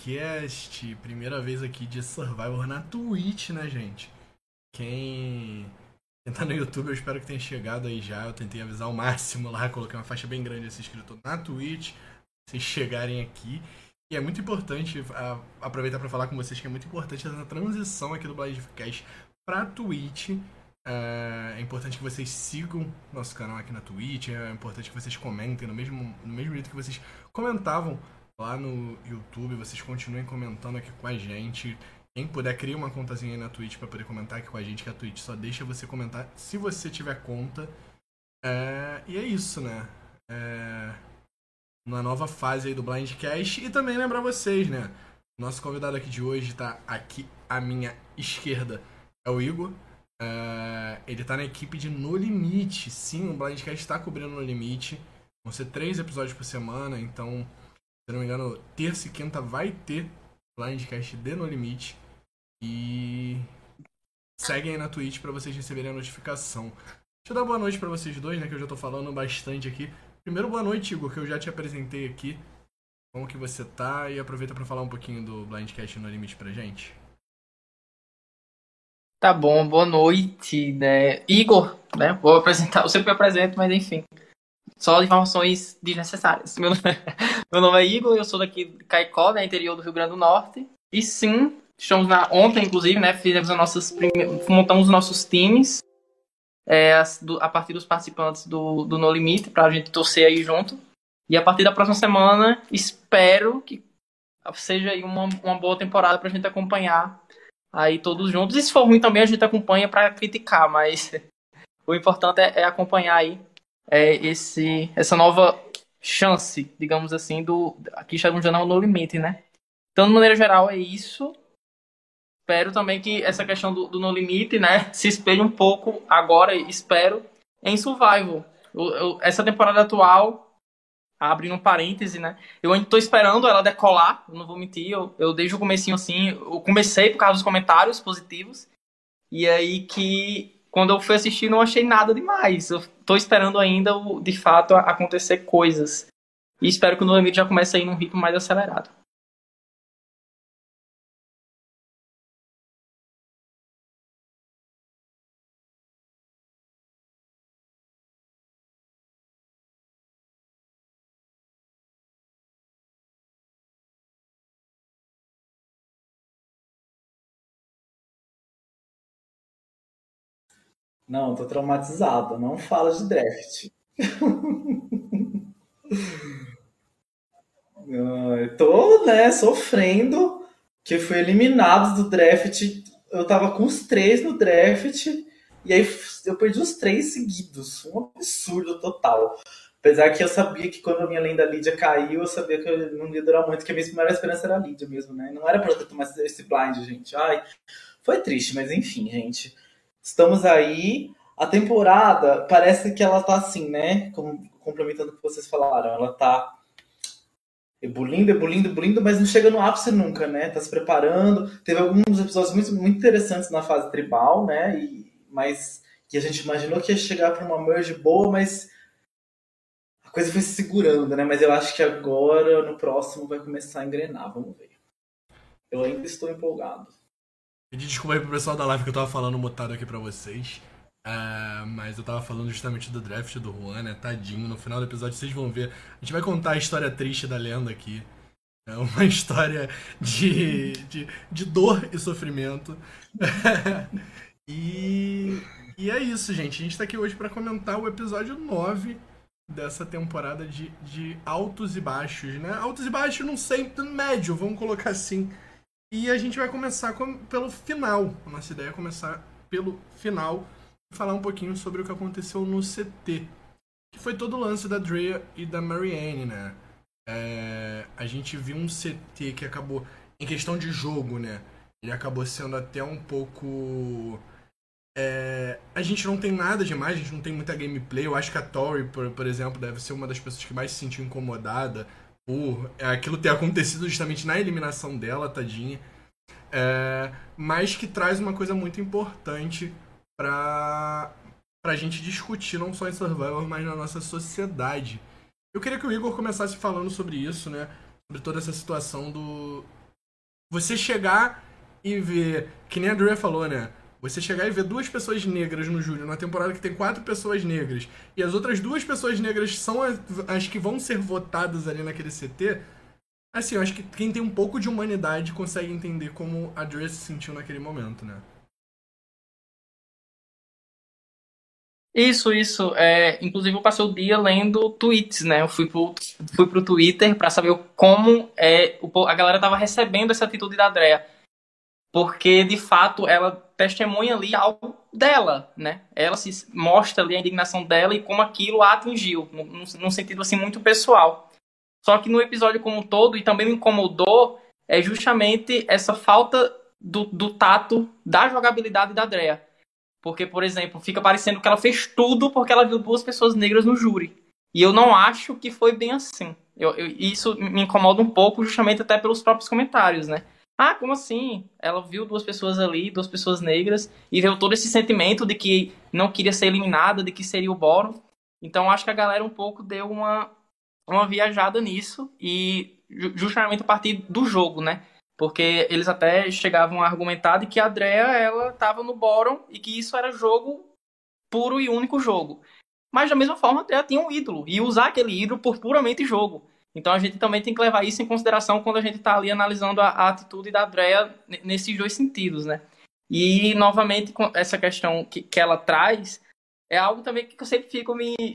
Blindcast, primeira vez aqui de Survivor na Twitch, né, gente? Quem tá no YouTube, eu espero que tenha chegado aí já. Eu tentei avisar ao máximo lá, coloquei uma faixa bem grande assim escrito na Twitch, pra vocês chegarem aqui. E é muito importante, aproveitar para falar com vocês que é muito importante essa transição aqui do Blindcast pra Twitch. É importante que vocês sigam nosso canal aqui na Twitch, é importante que vocês comentem no mesmo jeito que vocês comentavam lá no YouTube, vocês continuem comentando aqui com a gente. Quem puder, cria uma contazinha aí na Twitch pra poder comentar aqui com a gente, que a Twitch só deixa você comentar se você tiver conta. E é isso, né? Uma nova fase aí do Blindcast. E também lembrar vocês, né? Nosso convidado aqui de hoje tá aqui à minha esquerda, é o Igor. Ele tá na equipe de No Limite. Sim, o Blindcast tá cobrindo No Limite. Vão ser 3 episódios por semana, então, se não me engano, terça e quinta vai ter Blindcast de No Limite. E seguem aí na Twitch pra vocês receberem a notificação. Deixa eu dar boa noite pra vocês dois, né, que eu já tô falando bastante aqui. Primeiro, boa noite, Igor, que eu já te apresentei aqui. Como que você tá? E aproveita pra falar um pouquinho do Blindcast No Limite pra gente. Tá bom, boa noite, né? Igor, né? Vou apresentar, eu sempre me apresento, mas enfim. Só informações desnecessárias. Meu nome é Igor, eu sou daqui de Caicó, né? Interior do Rio Grande do Norte. E sim, estamos ontem, inclusive, né? Montamos os nossos times a partir dos participantes do No Limite, pra gente torcer aí junto. E a partir da próxima semana, espero que seja aí uma boa temporada pra gente acompanhar aí todos juntos. E se for ruim também, a gente acompanha pra criticar, mas o importante é acompanhar aí essa nova chance, digamos assim, aqui estamos já No Limite, né? Então, de maneira geral, é isso. Espero também que essa questão do No Limite, né, se espelhe um pouco agora, espero, em Survival. Essa temporada atual, abrindo um parêntese, né, eu ainda tô esperando ela decolar, eu não vou mentir, eu desde o comecinho, assim, eu comecei por causa dos comentários positivos, e aí que quando eu fui assistir não achei nada demais. Eu tô esperando ainda, de fato, acontecer coisas. E espero que o No Limite já comece a ir num ritmo mais acelerado. Não, tô traumatizado. Não fala de draft. Tô, né, sofrendo que fui eliminado do draft. Eu tava com os 3 no draft e aí eu perdi os 3 seguidos. Um absurdo total. Apesar que eu sabia que quando a minha lenda Lídia caiu, eu sabia que eu não ia durar muito, que a minha maior esperança era a Lídia mesmo, né? Não era pra eu ter tomado esse blind, gente. Ai, foi triste, mas enfim, gente. Estamos aí. A temporada parece que ela tá assim, né? Complementando o que vocês falaram. Ela tá ebulindo, ebulindo, ebulindo, mas não chega no ápice nunca, né? Tá se preparando. Teve alguns episódios muito, muito interessantes na fase tribal, né? Mas que a gente imaginou que ia chegar pra uma merge boa, mas a coisa foi se segurando, né? Mas eu acho que agora, no próximo, vai começar a engrenar. Vamos ver. Eu ainda estou empolgado. Pedi desculpa aí pro pessoal da live que eu tava falando mutado aqui pra vocês. Mas eu tava falando justamente do draft do Juan, né? Tadinho. No final do episódio vocês vão ver. A gente vai contar a história triste da lenda aqui. É uma história de dor e sofrimento. E é isso, gente. A gente tá aqui hoje pra comentar o episódio 9 dessa temporada de altos e baixos, né? Altos e baixos, não sei, médio, vamos colocar assim. E a gente vai começar pelo final. A nossa ideia é começar pelo final e falar um pouquinho sobre o que aconteceu no CT. Que foi todo o lance da Drea e da Marianne, né? A gente viu um CT que acabou, em questão de jogo, né? Ele acabou sendo até um pouco... a gente não tem nada demais, a gente não tem muita gameplay. Eu acho que a Tori, por exemplo, deve ser uma das pessoas que mais se sentiu incomodada por aquilo ter acontecido justamente na eliminação dela, tadinha. Mas que traz uma coisa muito importante pra gente discutir, não só em Survivor, mas na nossa sociedade. Eu queria que o Igor começasse falando sobre isso, né? Sobre toda essa situação você chegar e ver, que nem a Drea falou, né? Você chegar e ver 2 pessoas negras no júri, numa temporada que tem 4 pessoas negras, e as outras 2 pessoas negras são as que vão ser votadas ali naquele CT, assim, eu acho que quem tem um pouco de humanidade consegue entender como a Drea se sentiu naquele momento, né? Isso. Inclusive, eu passei o dia lendo tweets, né? Eu fui pro Twitter pra saber como a galera tava recebendo essa atitude da Drea. Porque, de fato, ela testemunha ali algo dela, né? Ela se mostra ali a indignação dela e como aquilo a atingiu, num sentido, assim, muito pessoal. Só que no episódio como um todo, e também me incomodou, é justamente essa falta do tato da jogabilidade da Drea. Porque, por exemplo, fica parecendo que ela fez tudo porque ela viu 2 pessoas negras no júri. E eu não acho que foi bem assim. Isso me incomoda um pouco, justamente até pelos próprios comentários, né? Ah, como assim? Ela viu 2 pessoas ali, 2 pessoas negras, e veio todo esse sentimento de que não queria ser eliminada, de que seria o Boron. Então, acho que a galera um pouco deu uma viajada nisso, e justamente a partir do jogo, né? Porque eles até chegavam a argumentar de que a Drea, ela estava no Boron e que isso era jogo puro e único jogo. Mas da mesma forma, a Drea tinha um ídolo e usar aquele ídolo por puramente jogo. Então a gente também tem que levar isso em consideração quando a gente está ali analisando a atitude da Drea nesses 2 sentidos, né? E, novamente, essa questão que ela traz é algo também que eu sempre fico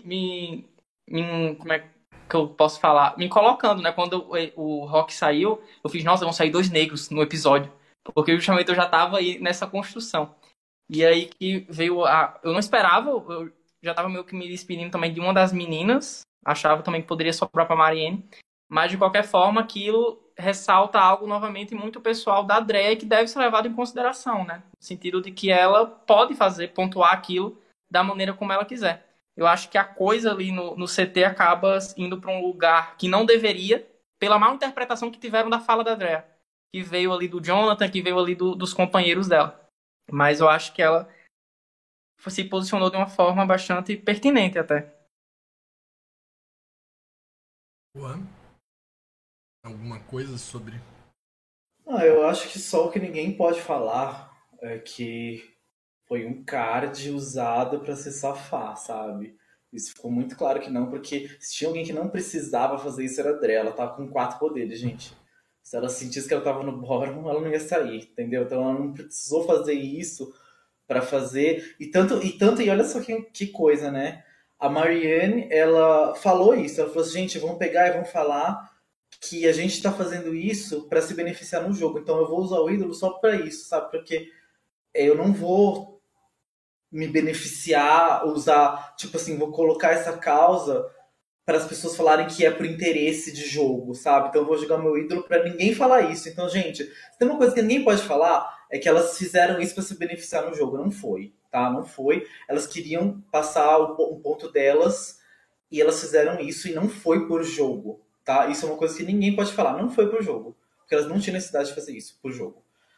como é que eu posso falar? Me colocando, né? Quando o Rock saiu, eu fiz, nossa, vão sair 2 negros no episódio. Porque justamente eu já tava aí nessa construção. E aí que veio a... Eu não esperava, eu já tava meio que me despedindo também de uma das meninas. Achava também que poderia sobrar pra Marianne. Mas, de qualquer forma, aquilo ressalta algo novamente muito pessoal da Drea que deve ser levado em consideração, né? No sentido de que ela pode pontuar aquilo da maneira como ela quiser. Eu acho que a coisa ali no CT acaba indo para um lugar que não deveria, pela má interpretação que tiveram da fala da Drea, que veio ali do Jonathan, que veio ali dos companheiros dela. Mas eu acho que ela se posicionou de uma forma bastante pertinente até. Juan, alguma coisa sobre... Eu acho que só o que ninguém pode falar é que foi um card usado pra se safar, sabe? Isso ficou muito claro que não, porque se tinha alguém que não precisava fazer isso era a Dre. Ela tava com 4 poderes, gente. Se ela sentisse que ela tava no bottom, ela não ia sair, entendeu? Então ela não precisou fazer isso pra fazer. E olha só que coisa, né? A Marianne, ela falou isso. Ela falou assim, gente, vamos pegar e vamos falar que a gente tá fazendo isso pra se beneficiar no jogo. Então eu vou usar o ídolo só pra isso, sabe? Porque eu não vou me beneficiar, usar, tipo assim, vou colocar essa causa para as pessoas falarem que é por interesse de jogo, sabe? Então eu vou jogar meu ídolo para ninguém falar isso. Então, gente, se tem uma coisa que ninguém pode falar, é que elas fizeram isso para se beneficiar no jogo. Não foi, tá? Não foi. Elas queriam passar um ponto delas e elas fizeram isso e não foi por jogo, tá? Isso é uma coisa que ninguém pode falar. Não foi por jogo. Porque elas não tinham necessidade de fazer isso por jogo.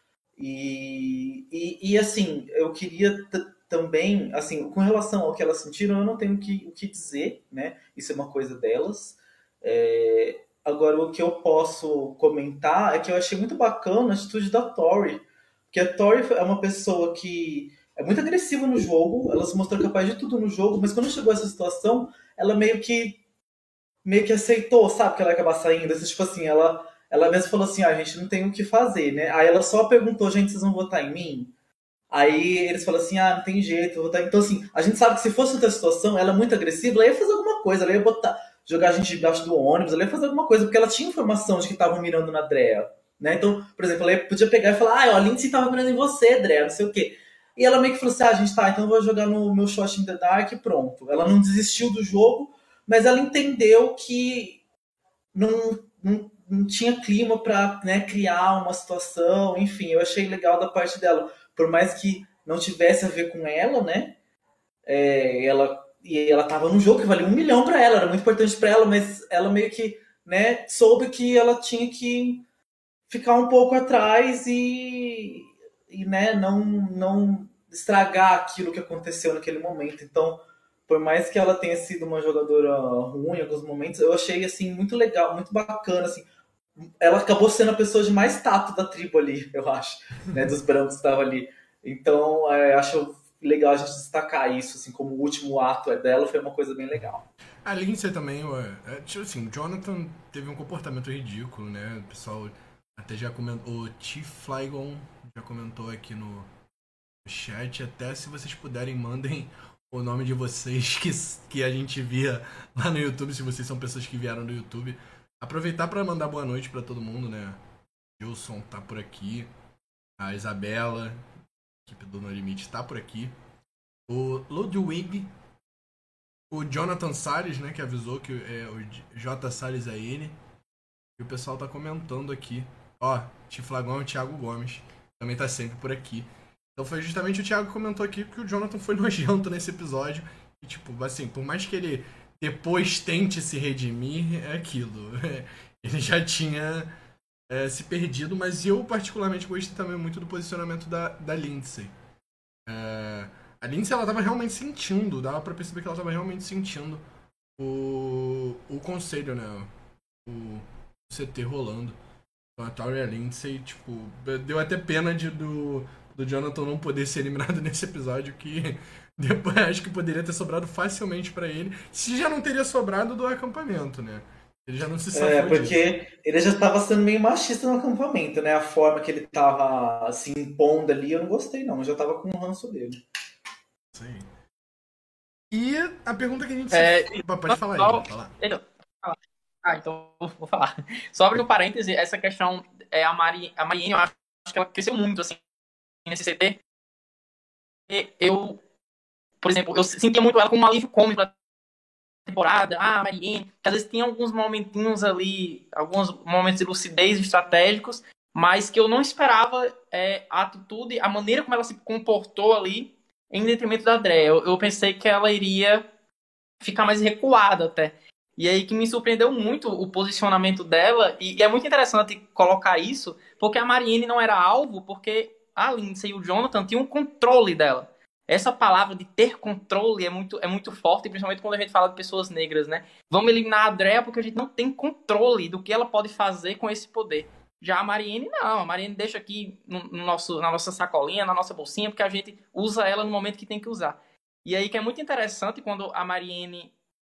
E assim, eu queria também, assim, com relação ao que elas sentiram, eu não tenho o que dizer, né? Isso é uma coisa delas. Agora, o que eu posso comentar é que eu achei muito bacana a atitude da Tori. Porque a Tori é uma pessoa que é muito agressiva no jogo, ela se mostrou capaz de tudo no jogo, mas quando chegou essa situação, ela meio que aceitou, sabe, que ela ia acabar saindo. Tipo assim, ela mesma falou assim, a gente não tem o que fazer, né? Aí ela só perguntou, gente, vocês vão votar em mim? Aí eles falaram assim, não tem jeito, vou votar. Então, assim, a gente sabe que se fosse outra situação, ela é muito agressiva, ela ia fazer alguma coisa, ela ia jogar a gente debaixo do ônibus, ela ia fazer alguma coisa, porque ela tinha informação de que estavam mirando na Drea, né? Então, por exemplo, ela podia pegar e falar, a Lindsay tava mirando em você, Drea, não sei o quê. E ela meio que falou assim, gente, tá, então eu vou jogar no meu Shot in the Dark e pronto. Ela não desistiu do jogo, mas ela entendeu que não tinha clima pra, né, criar uma situação, enfim, eu achei legal da parte dela. Por mais que não tivesse a ver com ela, né? Ela tava num jogo que valia 1 milhão pra ela, era muito importante pra ela, mas ela meio que, né, soube que ela tinha que ficar um pouco atrás e né, não estragar aquilo que aconteceu naquele momento. Então, por mais que ela tenha sido uma jogadora ruim em alguns momentos, eu achei assim muito legal, muito bacana assim. ela acabou sendo a pessoa de mais tato da tribo ali, eu acho, né, dos brancos que estavam ali. Então, acho legal a gente destacar isso, assim, como o último ato dela foi uma coisa bem legal. A Lindsay também, tipo assim, o Jonathan teve um comportamento ridículo, né? O pessoal até já comentou, o Chief Flygon já comentou aqui no chat, até se vocês puderem, mandem o nome de vocês que a gente via lá no YouTube, se vocês são pessoas que vieram do YouTube. Aproveitar para mandar boa noite para todo mundo, né? Gilson tá por aqui, a Isabela, a equipe do No Limite tá por aqui, o Ludwig, o Jonathan Salles, né, que avisou que o J. Salles é ele, e o pessoal tá comentando aqui. Ó, Tiflagão é o Thiago Gomes, também tá sempre por aqui. Então foi justamente o Thiago que comentou aqui que o Jonathan foi nojento nesse episódio. E tipo, assim, por mais que ele depois tente se redimir, é aquilo. Ele já tinha se perdido, mas eu particularmente gostei também muito do posicionamento da Lindsay. A Lindsay, ela tava realmente sentindo, dava pra perceber que ela tava realmente sentindo o conselho, né? O CT rolando. Então a Tori e a Lindsay, tipo, deu até pena do Jonathan não poder ser eliminado nesse episódio, que depois acho que poderia ter sobrado facilmente pra ele, se já não teria sobrado do acampamento, né? Ele já não se safou porque disso. ele já estava sendo meio machista no acampamento, né? A forma que ele estava se impondo ali, eu não gostei não, eu já tava com o ranço dele. Isso aí. E a pergunta que a gente... Pode falar aí, pode falar. Então vou falar. Só abrindo um parêntese, essa questão, a Mariene, eu acho que ela cresceu muito, assim, nesse CT. Eu, por exemplo, eu sentia muito ela como um alívio cômico da temporada. Mariene, que às vezes tinha alguns momentinhos ali, alguns momentos de lucidez estratégicos, mas que eu não esperava a atitude, a maneira como ela se comportou ali em detrimento da Drea. Eu pensei que ela iria ficar mais recuada até. E aí que me surpreendeu muito o posicionamento dela, e é muito interessante colocar isso, porque a Mariene não era alvo, porque a Lindsay e o Jonathan tinham controle dela. Essa palavra de ter controle é muito forte, principalmente quando a gente fala de pessoas negras, né? Vamos eliminar a Drea porque a gente não tem controle do que ela pode fazer com esse poder. Já a Mariene, não. A Mariene deixa aqui na nossa sacolinha, na nossa bolsinha, porque a gente usa ela no momento que tem que usar. E aí que é muito interessante quando a Mariene...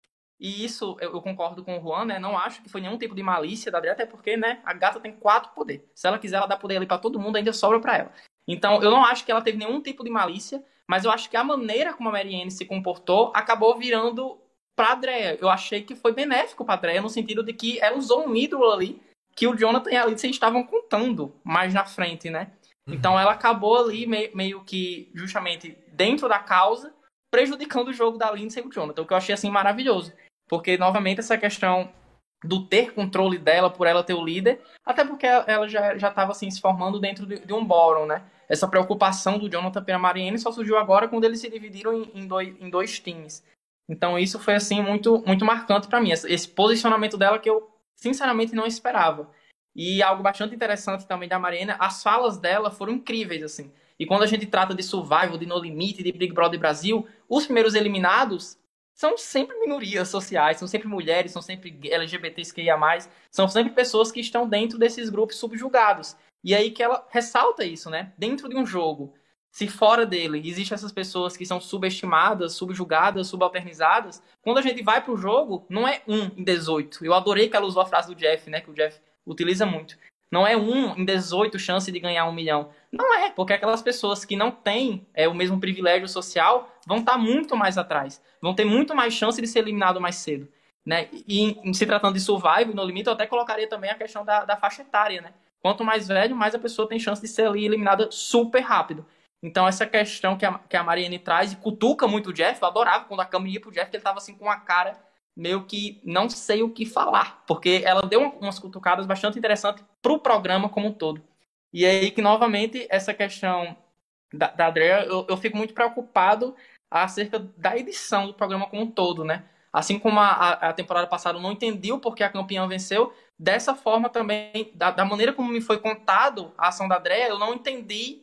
E isso eu concordo com o Juan, né? Não acho que foi nenhum tipo de malícia da Adria, até porque, né, a gata tem 4 poderes. Se ela quiser, ela dá poder ali pra todo mundo, ainda sobra pra ela. Então, eu não acho que ela teve nenhum tipo de malícia, mas eu acho que a maneira como a Marianne se comportou acabou virando pra Adria. Eu achei que foi benéfico pra Adria, no sentido de que ela usou um ídolo ali que o Jonathan e a Lindsay estavam contando mais na frente, né? Então, ela acabou ali meio que, justamente, dentro da causa, prejudicando o jogo da Lindsay e o Jonathan, o que eu achei, assim, maravilhoso. Porque, novamente, essa questão do ter controle dela por ela ter o líder, até porque ela já estava assim, se formando dentro de um Boron, né? Essa preocupação do Jonathan pela Marianne só surgiu agora quando eles se dividiram em dois times. Então isso foi assim muito, muito marcante para mim, esse posicionamento dela que eu sinceramente não esperava. E algo bastante interessante também da Marianne, as falas dela foram incríveis, assim. E quando a gente trata de Survival, de No Limite, de Big Brother Brasil, os primeiros eliminados são sempre minorias sociais, são sempre mulheres, são sempre LGBTQIA+, são sempre pessoas que estão dentro desses grupos subjugados. E aí que ela ressalta isso, né? Dentro de um jogo, se fora dele existem essas pessoas que são subestimadas, subjugadas, subalternizadas, quando a gente vai pro jogo, não é 1 em 18. Eu adorei que ela usou a frase do Jeff, né? Que o Jeff utiliza muito. Não é 1 em 18 chance de ganhar 1 milhão. Não é, porque aquelas pessoas que não têm o mesmo privilégio social vão estar muito mais atrás. Vão ter muito mais chance de ser eliminado mais cedo. Né? E se tratando de Survival, No Limite, eu até colocaria também a questão da faixa etária. Né? Quanto mais velho, mais a pessoa tem chance de ser ali eliminada super rápido. Então essa questão que a Marianne traz e cutuca muito o Jeff, eu adorava quando a câmera ia pro Jeff, que ele tava assim com uma cara meio que não sei o que falar, porque ela deu umas cutucadas bastante interessantes pro programa como um todo. E aí que, novamente, essa questão da Andrea, eu fico muito preocupado acerca da edição do programa como um todo, né? Assim como a temporada passada eu não entendi o porquê a campeã venceu, dessa forma também, da maneira como me foi contado a ação da Andrea, eu não entendi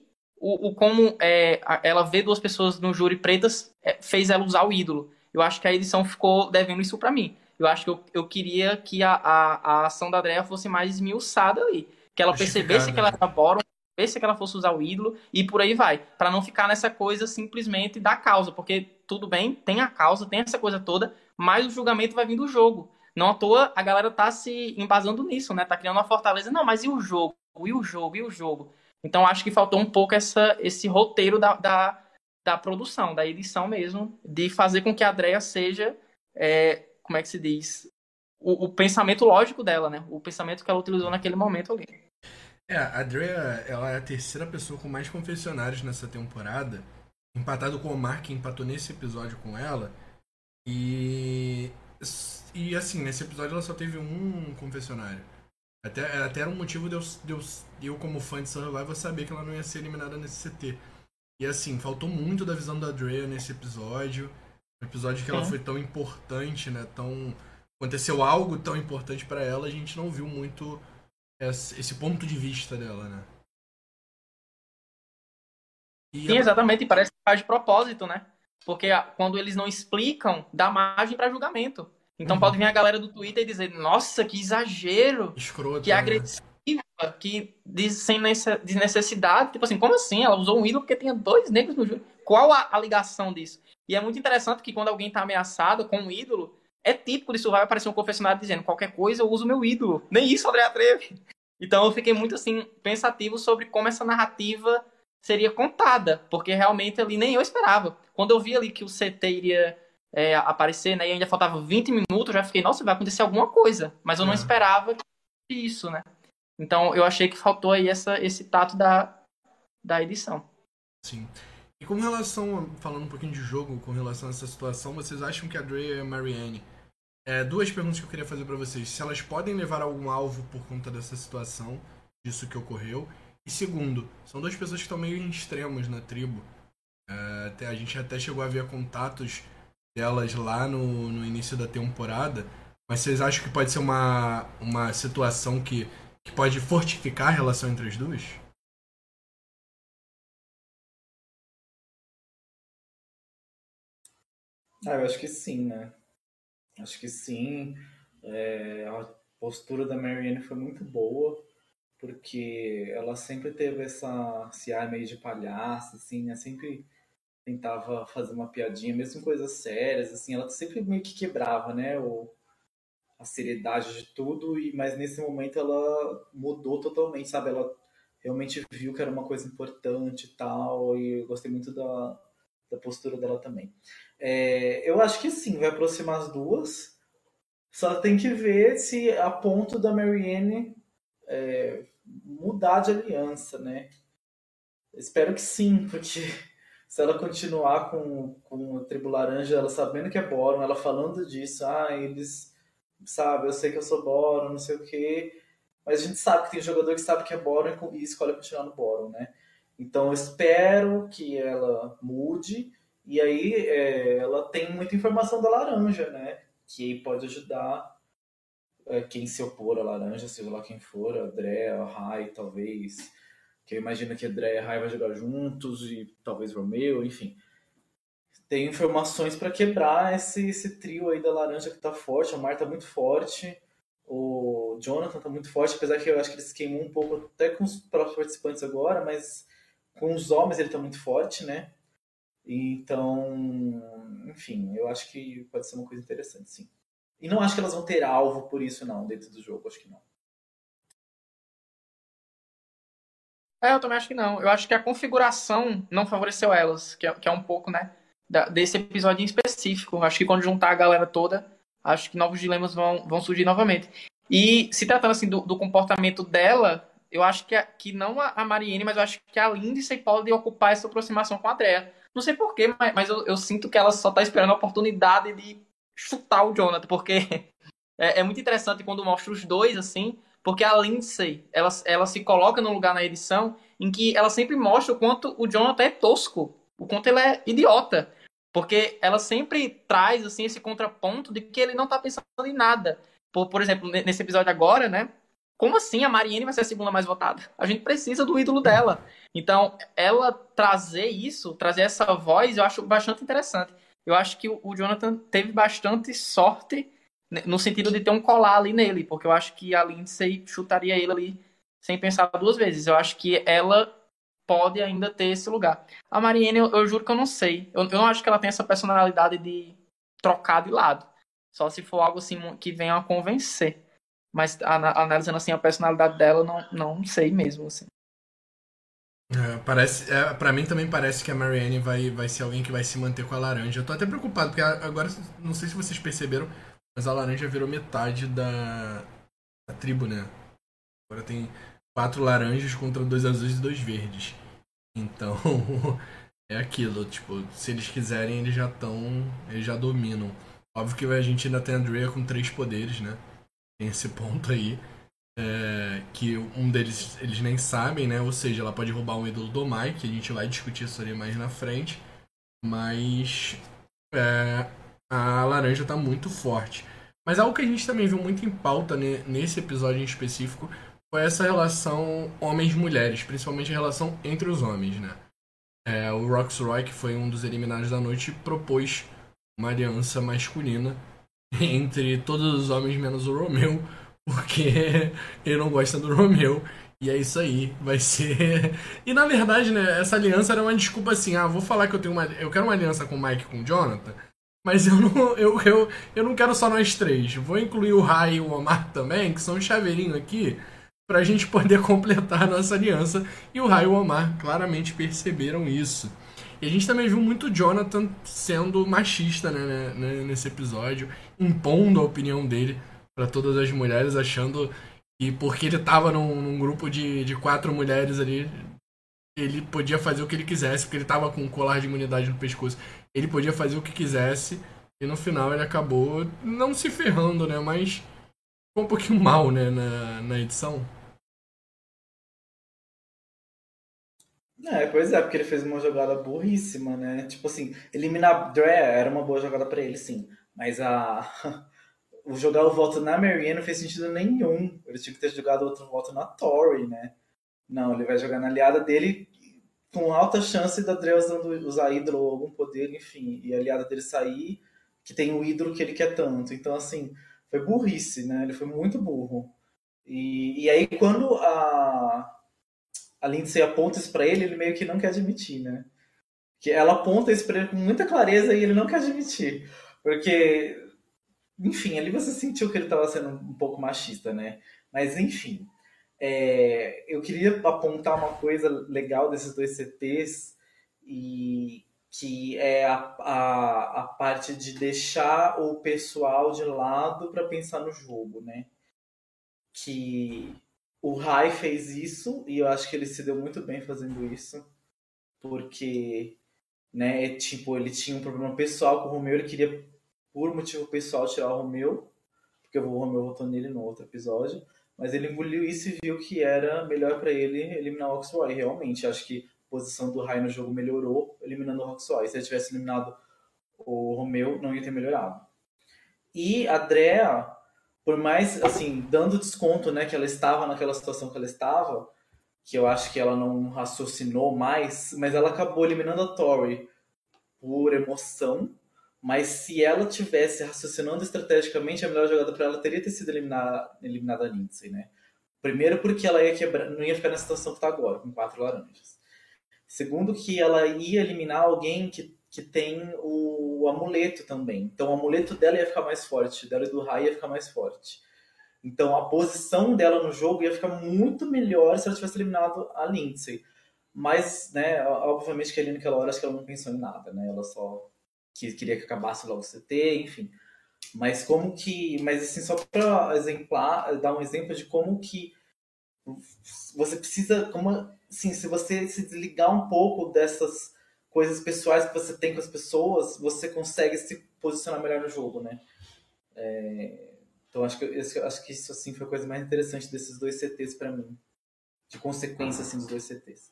como ela ver 2 pessoas no júri pretas fez ela usar o ídolo. Eu acho que a edição ficou devendo isso pra mim. eu acho que eu queria que a ação da Andrea fosse mais esmiuçada ali. Que ela percebesse que ela era Boron, percebesse que ela fosse usar o ídolo e por aí vai. Pra não ficar nessa coisa simplesmente da causa. Porque, tudo bem, tem a causa, tem essa coisa toda, mas o julgamento vai vir do jogo. Não à toa a galera tá se embasando nisso, né? Tá criando uma fortaleza. Não, mas e o jogo? E o jogo? E o jogo? Então acho que faltou um pouco esse roteiro da produção, da edição mesmo, de fazer com que a Andrea seja, como é que se diz? O pensamento lógico dela, né? O pensamento que ela utilizou naquele momento ali. A Andrea, ela é a terceira pessoa com mais confessionários nessa temporada, empatado com o Omar, que empatou nesse episódio com ela. E assim, nesse episódio ela só teve um confessionário. Até era um motivo de eu como fã de Survivor, saber que ela não ia ser eliminada nesse CT. E assim, faltou muito da visão da Andrea nesse episódio. Um episódio que ela foi tão importante, né? Aconteceu algo tão importante pra ela, a gente não viu muito esse ponto de vista dela, né? Sim, exatamente, e parece que faz de propósito, né? Porque quando eles não explicam, dá margem pra julgamento. Então pode vir a galera do Twitter e dizer, nossa, que exagero, escroto, que agressiva, que sem desnecessidade. Tipo assim, como assim? Ela usou um ídolo porque tinha 2 negros no jogo. Qual a ligação disso? E é muito interessante que quando alguém tá ameaçado com um ídolo, é típico disso, vai aparecer um confessionário dizendo, qualquer coisa eu uso meu ídolo. Nem isso, Andrea teve. Então eu fiquei muito assim, pensativo sobre como essa narrativa seria contada, porque realmente ali nem eu esperava. Quando eu vi ali que o CT iria aparecer, né, e ainda faltava 20 minutos, eu já fiquei, nossa, vai acontecer alguma coisa, mas eu não esperava isso, né? Então eu achei que faltou aí esse tato da edição. Sim. E com relação, falando um pouquinho de jogo, com relação a essa situação, vocês acham que a Andrea e a Marianne, 2 perguntas que eu queria fazer pra vocês, se elas podem levar algum alvo por conta dessa situação, disso que ocorreu, e segundo, são 2 pessoas que estão meio em extremos na tribo. A gente até chegou a ver contatos delas lá no início da temporada, mas vocês acham que pode ser uma situação que pode fortificar a relação entre as duas? Eu acho que sim, né? Acho que sim. A postura da Marianne foi muito boa, porque ela sempre teve esse ar meio de palhaço, assim, né? Sempre tentava fazer uma piadinha, mesmo em coisas sérias, assim, ela sempre meio que quebrava, né? A seriedade de tudo, mas nesse momento ela mudou totalmente, sabe? Ela realmente viu que era uma coisa importante e tal, e eu gostei muito da postura dela também. Eu acho que sim, vai aproximar as duas, só tem que ver se a ponto da Marianne mudar de aliança, né? Espero que sim, porque se ela continuar com a Tribo Laranja, ela sabendo que é Boron, ela falando disso, eles, sabe, eu sei que eu sou Boron, não sei o quê, mas a gente sabe que tem jogador que sabe que é Boron e escolhe continuar no Boron, né? Então eu espero que ela mude, e aí ela tem muita informação da Laranja, né? Que pode ajudar quem se opor à Laranja, seja lá quem for, a Drea, a Rai, talvez, que eu imagino que a Drea e a Rai vão jogar juntos, e talvez Romeu, enfim. Tem informações para quebrar esse trio aí da Laranja que tá forte, a Mar tá muito forte, o Jonathan tá muito forte, apesar que eu acho que ele se queimou um pouco até com os próprios participantes agora, mas com os homens ele tá muito forte, né? Então, enfim, eu acho que pode ser uma coisa interessante, sim. E não acho que elas vão ter alvo por isso, não, dentro do jogo, acho que não. Eu também acho que não. Eu acho que a configuração não favoreceu elas, que é um pouco, né, desse episódio em específico. Acho que quando juntar a galera toda, acho que novos dilemas vão surgir novamente. E se tratando assim do comportamento dela, eu acho que não a Marianne, mas eu acho que a Lindsay pode ocupar essa aproximação com a Andrea. Não sei porquê, mas eu sinto que ela só tá esperando a oportunidade de chutar o Jonathan, porque é muito interessante quando mostra os dois, assim, porque a Lindsay, ela se coloca num lugar na edição em que ela sempre mostra o quanto o Jonathan é tosco, o quanto ele é idiota. Porque ela sempre traz, assim, esse contraponto de que ele não tá pensando em nada. Por exemplo, nesse episódio agora, né? Como assim a Marianne vai ser a segunda mais votada? A gente precisa do ídolo dela. Então, ela trazer essa voz, eu acho bastante interessante. Eu acho que o Jonathan teve bastante sorte no sentido de ter um colar ali nele, porque eu acho que a Lindsay chutaria ele ali sem pensar duas vezes. Eu acho que ela pode ainda ter esse lugar. A Marianne, eu juro que eu não sei. Eu não acho que ela tenha essa personalidade de trocar de lado. Só se for algo assim que venha a convencer. Mas analisando assim a personalidade dela, não sei mesmo, assim. Pra mim também parece que a Marianne vai ser alguém que vai se manter com a laranja. Eu tô até preocupado, porque agora, não sei se vocês perceberam, mas a laranja virou metade da tribo, né? Agora tem 4 laranjas contra 2 azuis e 2 verdes. Então, é aquilo, tipo, se eles quiserem, eles já dominam. Óbvio que a gente ainda tem a Andrea com 3 poderes, né? Tem esse ponto aí. Que um deles eles nem sabem, né? Ou seja, ela pode roubar um ídolo do Mike, a gente vai discutir isso ali mais na frente. Mas a laranja tá muito forte. Mas algo que a gente também viu muito em pauta, né, nesse episódio em específico foi essa relação homens-mulheres, principalmente a relação entre os homens, né? O Roxroy, que foi um dos eliminados da noite, propôs uma aliança masculina entre todos os homens menos o Romeu, porque ele não gosta do Romeu. E é isso aí, vai ser... E na verdade, né, essa aliança era uma desculpa assim, vou falar que eu quero uma aliança com o Mike e com o Jonathan, mas eu não quero só nós 3. Vou incluir o Rai e o Omar também, que são um chaveirinho aqui, pra gente poder completar a nossa aliança. E o Rai e o Omar claramente perceberam isso. E a gente também viu muito o Jonathan sendo machista, né, nesse episódio, impondo a opinião dele pra todas as mulheres, achando que porque ele tava num grupo de 4 mulheres ali, ele podia fazer o que ele quisesse, porque ele tava com um colar de imunidade no pescoço. Ele podia fazer o que quisesse, e no final ele acabou não se ferrando, né, mas ficou um pouquinho mal, né, na edição. Pois é, porque ele fez uma jogada burríssima, né? Tipo assim, eliminar a Drea era uma boa jogada pra ele, sim. Mas o jogar o voto na Marianne não fez sentido nenhum. Ele tinha que ter jogado outro voto na Tori, né? Não, ele vai jogar na aliada dele com alta chance da Drea usar ídolo ou algum poder, enfim. E a aliada dele sair, que tem o ídolo que ele quer tanto. Então, assim, foi burrice, né? Ele foi muito burro. E aí, quando a Lindsay aponta isso pra ele, ele meio que não quer admitir, né? Que ela aponta isso pra ele com muita clareza e ele não quer admitir. Porque, enfim, ali você sentiu que ele estava sendo um pouco machista, né? Mas, enfim, eu queria apontar uma coisa legal desses 2 CTs, e que é a parte de deixar o pessoal de lado para pensar no jogo, né? Que o Rai fez isso, e eu acho que ele se deu muito bem fazendo isso, porque, né, tipo, ele tinha um problema pessoal com o Romeu, ele queria, por motivo pessoal, tirar o Romeu, porque o Romeu votou nele no outro episódio, mas ele engoliu isso e viu que era melhor pra ele eliminar o Roxroy. Realmente, acho que a posição do Rai no jogo melhorou eliminando o Roxroy. Se ele tivesse eliminado o Romeu, não ia ter melhorado. E a Drea, por mais, assim, dando desconto, né, que ela estava naquela situação que ela estava, que eu acho que ela não raciocinou mais, mas ela acabou eliminando a Tori por emoção. Mas se ela tivesse raciocinando estrategicamente, a melhor jogada para ela teria ter sido eliminada a Lindsay, né? Primeiro porque ela não ia ficar na situação que tá agora, com 4 laranjas. Segundo que ela ia eliminar alguém que tem o amuleto também. Então o amuleto dela ia ficar mais forte, dela e do Rai ia ficar mais forte. Então a posição dela no jogo ia ficar muito melhor se ela tivesse eliminado a Lindsay. Mas, né, obviamente que ali naquela hora acho que ela não pensou em nada, né? Ela só queria que acabasse logo o CT, enfim. Mas assim, só para dar um exemplo de como que você precisa, assim, se você se desligar um pouco dessas coisas pessoais que você tem com as pessoas, você consegue se posicionar melhor no jogo, né? Então acho que isso, assim, foi a coisa mais interessante desses 2 CTs para mim, de consequência, assim, dos 2 CTs.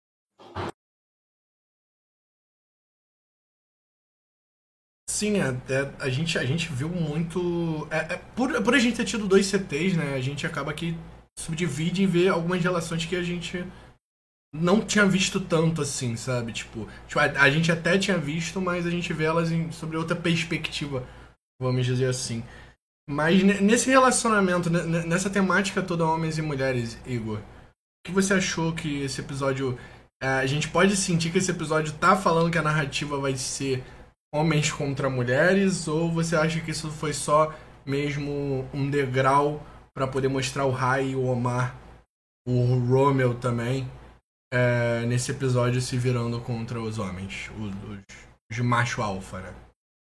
Sim, a gente viu muito. Por a gente ter tido 2 CTs, né? A gente acaba que subdivide e vê algumas relações que a gente não tinha visto tanto assim, sabe? Tipo, a gente até tinha visto, mas a gente vê elas sobre outra perspectiva, vamos dizer assim. Mas nesse relacionamento, nessa temática toda homens e mulheres, Igor, o que você achou que esse episódio... a gente pode sentir que esse episódio tá falando que a narrativa vai ser homens contra mulheres, ou você acha que isso foi só mesmo um degrau para poder mostrar o Rai e o Omar, o Romeu também, nesse episódio se virando contra os homens, os de macho alfa, né?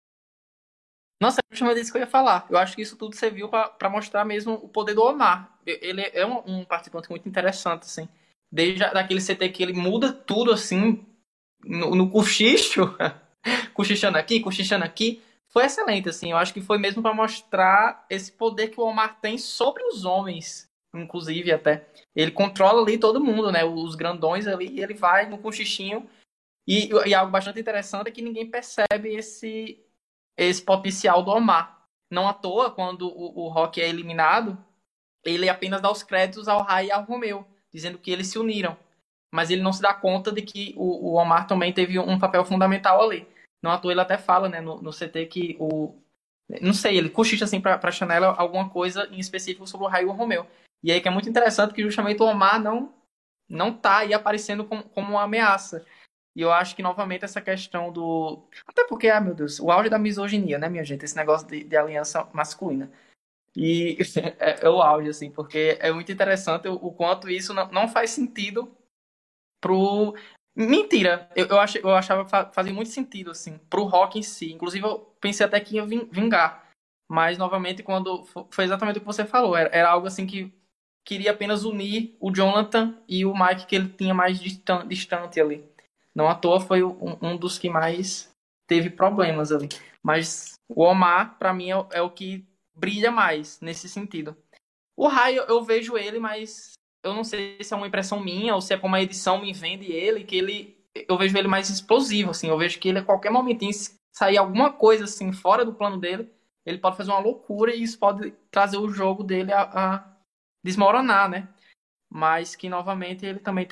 Nossa, é justamente isso que eu ia falar. Eu acho que isso tudo serviu pra mostrar mesmo o poder do Omar. Ele é um participante muito interessante, assim. Desde daquele CT que ele muda tudo, assim, no cochicho, cochichando aqui, foi excelente, assim. Eu acho que foi mesmo pra mostrar esse poder que o Omar tem sobre os homens, inclusive, até. Ele controla ali todo mundo, né? Os grandões ali, e ele vai no cochichinho. E algo bastante interessante é que ninguém percebe esse potencial do Omar. Não à toa, quando o Rock é eliminado, ele apenas dá os créditos ao Rai e ao Romeu, dizendo que eles se uniram. Mas ele não se dá conta de que o Omar também teve um papel fundamental ali. Não à toa ele até fala, né, no CT que não sei, ele cochicha assim pra Chanela alguma coisa em específico sobre o Rai e o Romeu. E aí que é muito interessante que justamente o Omar não tá aí aparecendo como uma ameaça. E eu acho que, novamente, essa questão do... Até porque, meu Deus, o auge da misoginia, né, minha gente? Esse negócio de aliança masculina. E é o auge, assim, porque é muito interessante o quanto isso não faz sentido pro... Mentira! Eu achava que fazia muito sentido, assim, pro Rock em si. Inclusive, eu pensei até que ia vingar. Mas, novamente, quando... Foi exatamente o que você falou. Era algo, assim, que queria apenas unir o Jonathan e o Mike, que ele tinha mais distante ali. Não à toa foi um dos que mais teve problemas ali. Mas o Omar, pra mim, é o que brilha mais nesse sentido. O Rai, eu vejo ele, mas eu não sei se é uma impressão minha ou se é como a edição me vende ele, eu vejo ele mais explosivo, assim. Eu vejo que ele, a qualquer momentinho, se sair alguma coisa, assim, fora do plano dele, ele pode fazer uma loucura e isso pode trazer o jogo dele a desmoronar, né? Mas que, novamente, ele também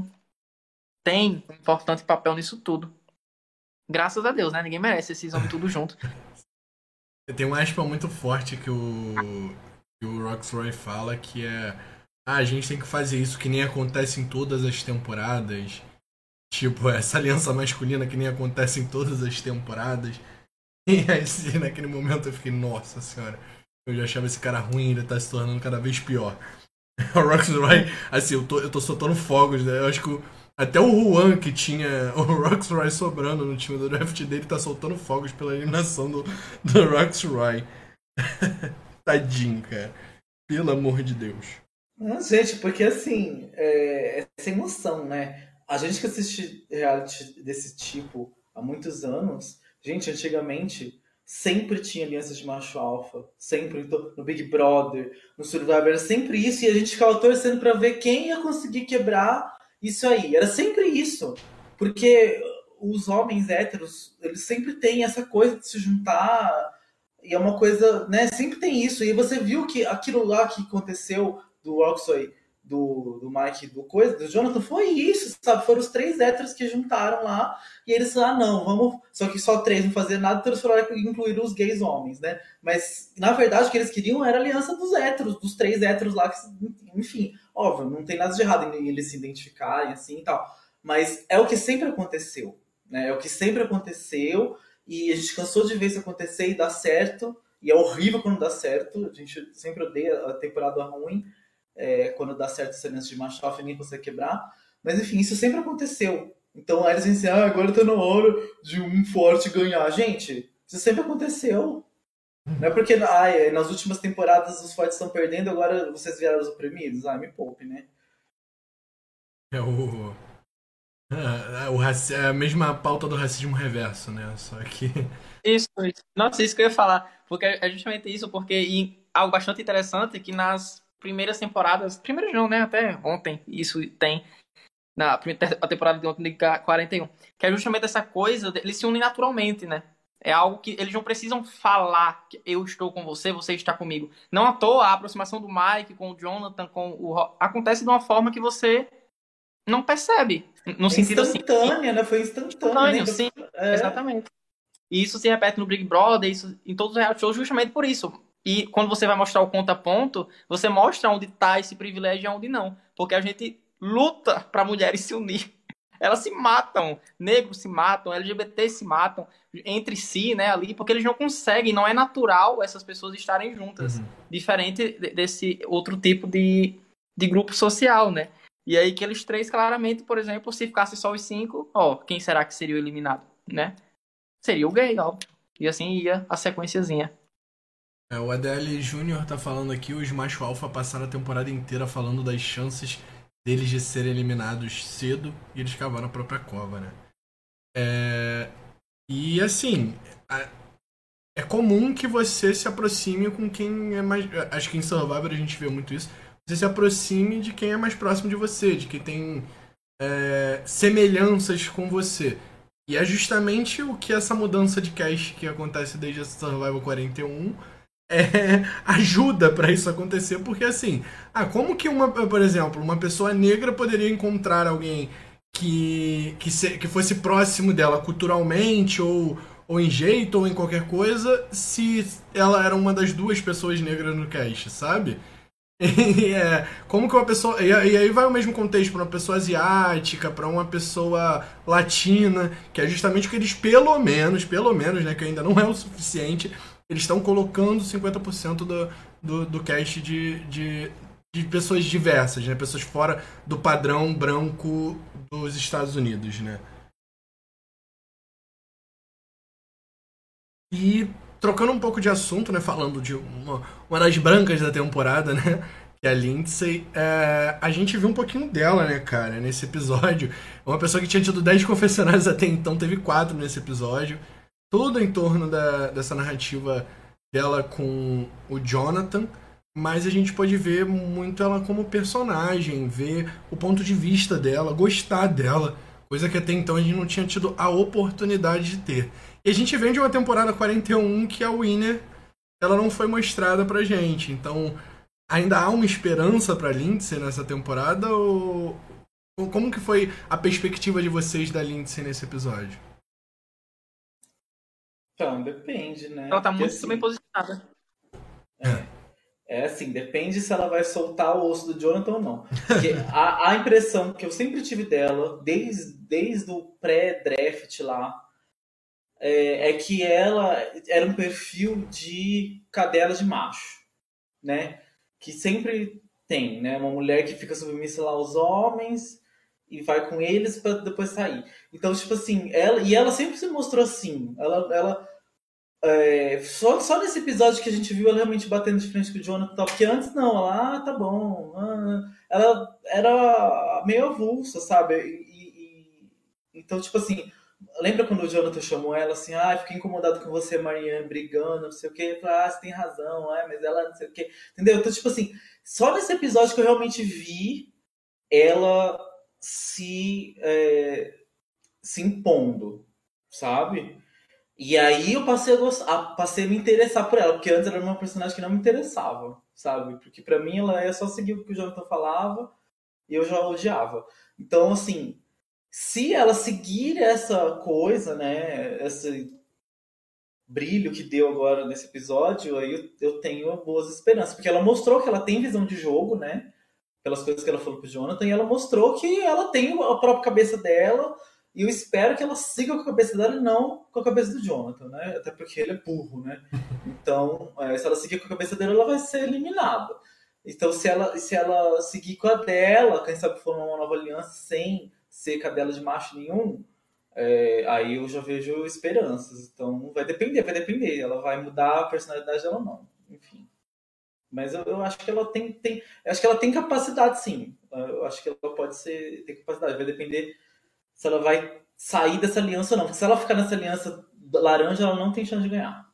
tem um importante papel nisso tudo. Graças a Deus, né? Ninguém merece esses homens tudo junto. Tem uma aspa muito forte que o Roxroy fala, que é: a gente tem que fazer isso que nem acontece em todas as temporadas. Tipo, essa aliança masculina que nem acontece em todas as temporadas. E aí, naquele momento eu fiquei, nossa senhora, eu já achava esse cara ruim, ele tá se tornando cada vez pior. O Roxroy, assim, eu tô soltando fogos, né? Eu acho que até o Juan, que tinha o Roxroy sobrando no time do draft dele, tá soltando fogos pela eliminação do Roxroy. Tadinho, cara. Pelo amor de Deus. Não, gente, porque assim, essa emoção, né? A gente que assiste reality desse tipo há muitos anos, gente, antigamente sempre tinha alianças de macho alfa, sempre no Big Brother, no Survivor, era sempre isso, e a gente ficava torcendo pra ver quem ia conseguir quebrar isso aí. Era sempre isso, porque os homens héteros, eles sempre têm essa coisa de se juntar, e é uma coisa, né, sempre tem isso, e você viu que aquilo lá que aconteceu do Roxroy, do Mike, do Jonathan, foi isso, sabe? Foram os três héteros que juntaram lá, e eles falaram, não, vamos... Só que só três não faziam nada, então eles falaram que incluíram os gays homens, né? Mas, na verdade, o que eles queriam era a aliança dos héteros, dos três héteros lá, que, enfim, óbvio, não tem nada de errado em eles se identificarem, assim, e tal. Mas é o que sempre aconteceu, né? É o que sempre aconteceu, e a gente cansou de ver isso acontecer e dar certo, e é horrível quando dá certo, a gente sempre odeia a temporada ruim, quando dá certo essa aliança de macho alfa e ninguém consegue quebrar. Mas enfim, isso sempre aconteceu. Então aí eles dizem assim, agora tá na hora de um forte ganhar. Gente, isso sempre aconteceu. Não é porque nas últimas temporadas os fortes estão perdendo, agora vocês vieram os oprimidos. Me poupe, né? É é a mesma pauta do racismo reverso, né? Só que... Isso. Nossa, isso que eu ia falar. Porque é justamente isso, porque algo bastante interessante é que nas primeiras temporadas, primeiras não, né? Até ontem, isso tem a temporada de ontem de 41, que é justamente essa coisa, eles se unem naturalmente, né? É algo que eles não precisam falar que eu estou com você, você está comigo. Não à toa, a aproximação do Mike com o Jonathan, acontece de uma forma que você não percebe. No sentido assim. Instantânea, né? Foi instantâneo. Sim, exatamente. E isso se repete no Big Brother, isso em todos os reality shows, justamente por isso. E quando você vai mostrar o contraponto, você mostra onde tá esse privilégio e onde não. Porque a gente luta para mulheres se unir. Elas se matam, negros se matam, LGBT se matam entre si, né, ali, porque eles não conseguem, não é natural essas pessoas estarem juntas. Uhum. Diferente desse outro tipo de grupo social, né? E aí aqueles três, claramente, por exemplo, se ficasse só os cinco, ó, quem será que seria o eliminado, né? Seria o gay, óbvio. E assim ia a sequenciazinha. O ADL Júnior tá falando aqui, os macho alfa passaram a temporada inteira falando das chances deles de serem eliminados cedo e eles cavaram a própria cova, né? E assim, é comum que você se aproxime com quem é mais. Acho que em Survivor a gente vê muito isso. Você se aproxime de quem é mais próximo de você, de quem tem semelhanças com você. E é justamente o que essa mudança de cast que acontece desde a Survivor 41 ajuda pra isso acontecer, porque assim, como que por exemplo, uma pessoa negra poderia encontrar alguém que fosse próximo dela culturalmente ou em jeito ou em qualquer coisa se ela era uma das duas pessoas negras no cast, sabe? Como que uma pessoa. E aí vai o mesmo contexto para uma pessoa asiática, para uma pessoa latina, que é justamente o que eles, pelo menos, né, que ainda não é o suficiente, eles estão colocando 50% do cast de pessoas diversas, né? Pessoas fora do padrão branco dos Estados Unidos, né? E trocando um pouco de assunto, né? Falando de uma das brancas da temporada, né? Que é a Lindsay. A gente viu um pouquinho dela, né, cara, nesse episódio. Uma pessoa que tinha tido 10 confessionários até então, teve 4 nesse episódio. Tudo em torno dessa narrativa dela com o Jonathan. Mas a gente pode ver muito ela como personagem, ver o ponto de vista dela, gostar dela. Coisa que até então a gente não tinha tido a oportunidade de ter. E a gente vem de uma temporada 41 que a Winner ela não foi mostrada pra gente. Então, ainda há uma esperança pra Lindsay nessa temporada? Ou como que foi a perspectiva de vocês da Lindsay nesse episódio? Então, depende, né? Ela tá Porque muito bem assim, posicionada. é assim, depende se ela vai soltar o osso do Jonathan ou não. Porque a impressão que eu sempre tive dela, desde o pré-draft lá, é que ela era um perfil de cadela de macho, né? Que sempre tem, né? Uma mulher que fica submissa lá aos homens e vai com eles para depois sair. Então, tipo assim, ela sempre se mostrou assim. Só nesse episódio que a gente viu ela realmente batendo de frente com o Jonathan, tal, porque antes não, tá bom. Ela era meio avulsa, sabe? Então, tipo assim, lembra quando o Jonathan chamou ela assim, fiquei incomodado com você, Marianne, brigando, não sei o quê. Falei, você tem razão, mas ela não sei o quê. Entendeu? Então, tipo assim, só nesse episódio que eu realmente vi ela se impondo, sabe? E aí eu passei a me interessar por ela, porque antes ela era uma personagem que não me interessava, sabe? Porque pra mim ela ia só seguir o que o Jonathan falava e eu já odiava. Então, assim, se ela seguir essa coisa, né, esse brilho que deu agora nesse episódio, aí eu tenho boas esperanças, porque ela mostrou que ela tem visão de jogo, né, pelas coisas que ela falou pro Jonathan, e ela mostrou que ela tem a própria cabeça dela, e eu espero que ela siga com a cabeça dela e não com a cabeça do Jonathan, né, até porque ele é burro, né, então, se ela seguir com a cabeça dela, ela vai ser eliminada. Então, se ela seguir com a dela, quem sabe formar uma nova aliança sem ser cadela de macho nenhum, aí eu já vejo esperanças. Então vai depender. Ela vai mudar a personalidade dela ou não. Enfim. Mas eu acho que ela acho que ela tem capacidade, sim. Eu acho que ela pode ter capacidade. Vai depender se ela vai sair dessa aliança ou não. Porque se ela ficar nessa aliança laranja, ela não tem chance de ganhar.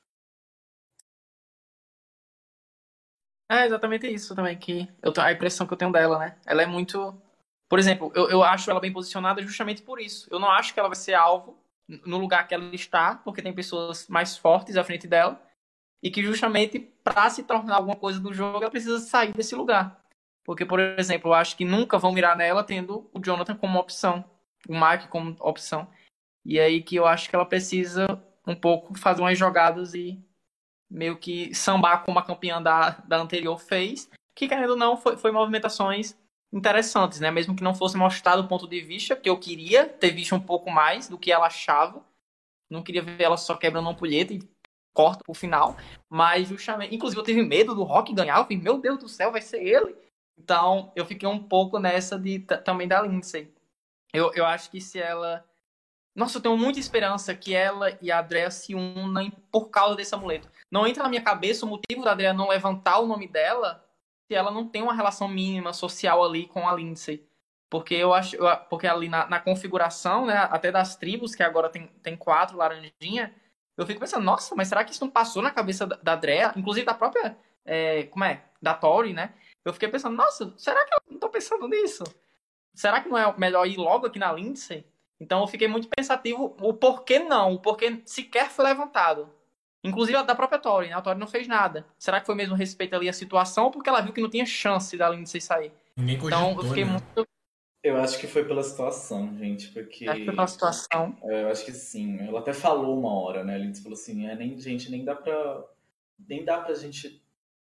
É exatamente isso também, que a impressão que eu tenho dela, né? Ela é muito. Por exemplo, eu acho ela bem posicionada justamente por isso. Eu não acho que ela vai ser alvo no lugar que ela está, porque tem pessoas mais fortes à frente dela, e que justamente para se tornar alguma coisa do jogo, ela precisa sair desse lugar. Porque, por exemplo, eu acho que nunca vão mirar nela tendo o Jonathan como opção, o Mike como opção. E aí que eu acho que ela precisa um pouco fazer umas jogadas meio que sambar como a campeã da anterior fez, que querendo ou não, foi movimentações interessantes, né? Mesmo que não fosse mostrado o ponto de vista, que eu queria ter visto um pouco mais do que ela achava. Não queria ver ela só quebrando uma ampulheta e corta pro final. Mas justamente. Inclusive, eu tive medo do Rock ganhar. Eu falei, meu Deus do céu, vai ser ele. Então, eu fiquei um pouco nessa também da Lindsay. Eu acho que se ela. Nossa, eu tenho muita esperança que ela e a Andrea se unam por causa desse amuleto. Não entra na minha cabeça o motivo da Andrea não levantar o nome dela se ela não tem uma relação mínima social ali com a Lindsay. Porque eu acho. Porque ali na configuração, né, até das tribos, que agora tem 4 laranjinha, eu fico pensando, nossa, mas será que isso não passou na cabeça da Andrea? Inclusive da própria. Como é? Da Tori, né? Eu fiquei pensando, nossa, será que eu não tô pensando nisso? Será que não é melhor ir logo aqui na Lindsay? Então eu fiquei muito pensativo o porquê não, o porquê sequer foi levantado. Inclusive a da própria Tori, né? A Tori não fez nada. Será que foi mesmo respeito ali à situação ou porque ela viu que não tinha chance da Lindsay sair? Ninguém Então eu cogitou, fiquei né? muito. Eu acho que foi pela situação, gente, Acho que foi pela porque situação. eu acho que sim. Ela até falou uma hora, né? A Lindsay falou assim, gente, nem dá pra gente,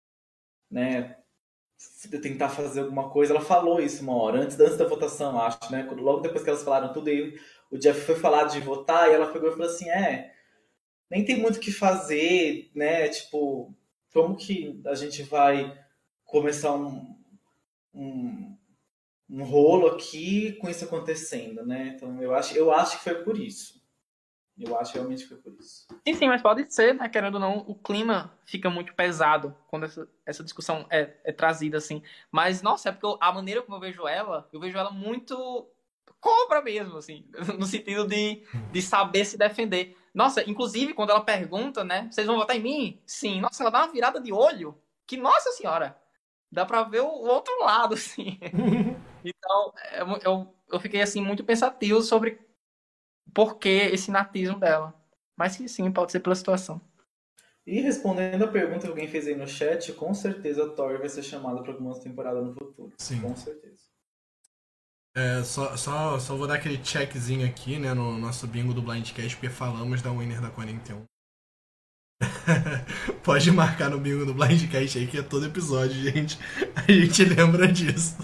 né, tentar fazer alguma coisa. Ela falou isso uma hora, antes da votação, acho, né? Logo depois que elas falaram tudo, aí o Jeff foi falar de votar e ela pegou e falou assim, nem tem muito o que fazer, né? Tipo, como que a gente vai começar um, um rolo aqui com isso acontecendo, né? Então eu acho que foi por isso. Eu acho realmente que foi por isso. Sim, mas pode ser, né? Querendo ou não, o clima fica muito pesado quando essa discussão é trazida assim. Mas, nossa, é porque a maneira como eu vejo ela muito cobra mesmo, assim, no sentido de saber se defender. Nossa, inclusive, quando ela pergunta, né? Vocês vão votar em mim? Sim. Nossa, ela dá uma virada de olho que, nossa senhora, dá pra ver o outro lado, assim. Então, eu fiquei, assim, muito pensativo sobre por que esse natismo dela. Mas que sim, pode ser pela situação. E respondendo a pergunta que alguém fez aí no chat, com certeza a Tori vai ser chamada para algumas temporadas no futuro. Sim. Com certeza. Só vou dar aquele checkzinho aqui, né, no nosso bingo do Blindcast, porque falamos da winner da 41. Pode marcar no bingo do Blindcast aí, que é todo episódio, gente. A gente lembra disso.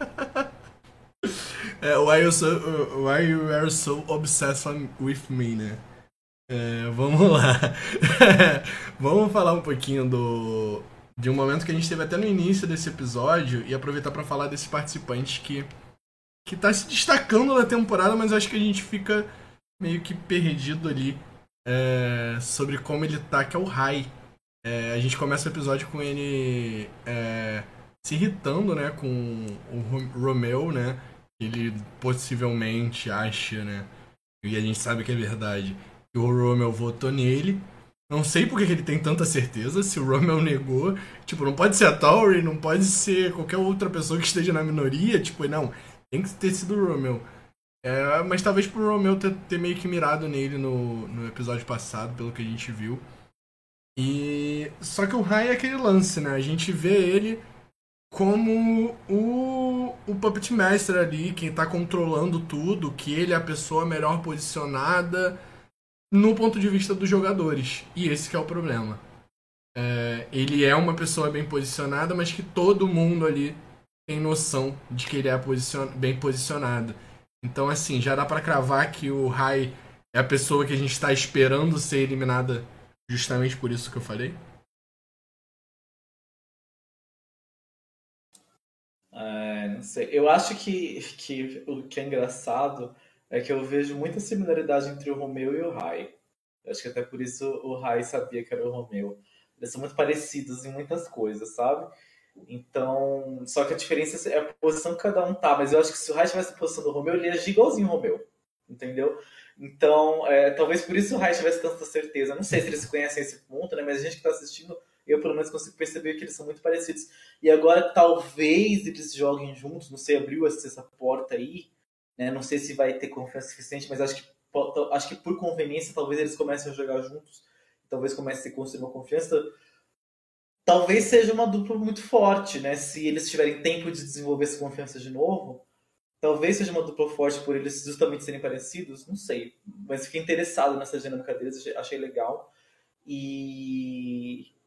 Why you are so obsessed with me, né? Vamos lá. Vamos falar um pouquinho de um momento que a gente teve até no início desse episódio e aproveitar para falar desse participante que tá se destacando na temporada, mas acho que a gente fica meio que perdido ali sobre como ele tá, que é o Rai. A gente começa o episódio com ele se irritando, né, com o Romeu, né? Ele possivelmente acha, né? E a gente sabe que é verdade. Que o Romeu votou nele. Não sei por que ele tem tanta certeza. Se o Romeu negou, tipo, não pode ser a Tori, não pode ser qualquer outra pessoa que esteja na minoria. Tipo, não, tem que ter sido o Romeu. Mas talvez pro Romeu ter meio que mirado nele no episódio passado, pelo que a gente viu. E só que o Rai é aquele lance, né? A gente vê ele como o Puppet Master ali, quem tá controlando tudo, que ele é a pessoa melhor posicionada no ponto de vista dos jogadores. E esse que é o problema. Ele é uma pessoa bem posicionada, mas que todo mundo ali tem noção de que ele é bem posicionado. Então, assim, já dá pra cravar que o Rai é a pessoa que a gente tá esperando ser eliminada justamente por isso que eu falei? Não sei. Eu acho que o que é engraçado é que eu vejo muita similaridade entre o Romeu e o Rai. Eu acho que até por isso o Rai sabia que era o Romeu. Eles são muito parecidos em muitas coisas, sabe? Então, só que a diferença é a posição que cada um tá. Mas eu acho que se o Rai tivesse a posição do Romeu, ele ia agir igualzinho o Romeu. Entendeu? Então, talvez por isso o Rai tivesse tanta certeza. Não sei se eles conhecem esse ponto, né? Mas a gente que tá assistindo, eu pelo menos consigo perceber que eles são muito parecidos. E agora talvez eles joguem juntos, não sei, abriu essa porta aí, né? Não sei se vai ter confiança suficiente, mas acho que por conveniência talvez eles comecem a jogar juntos, talvez comecem a construir uma confiança. Talvez seja uma dupla muito forte, né? Se eles tiverem tempo de desenvolver essa confiança de novo, talvez seja uma dupla forte por eles justamente serem parecidos, não sei. Mas fiquei interessado nessa dinâmica deles, achei legal. E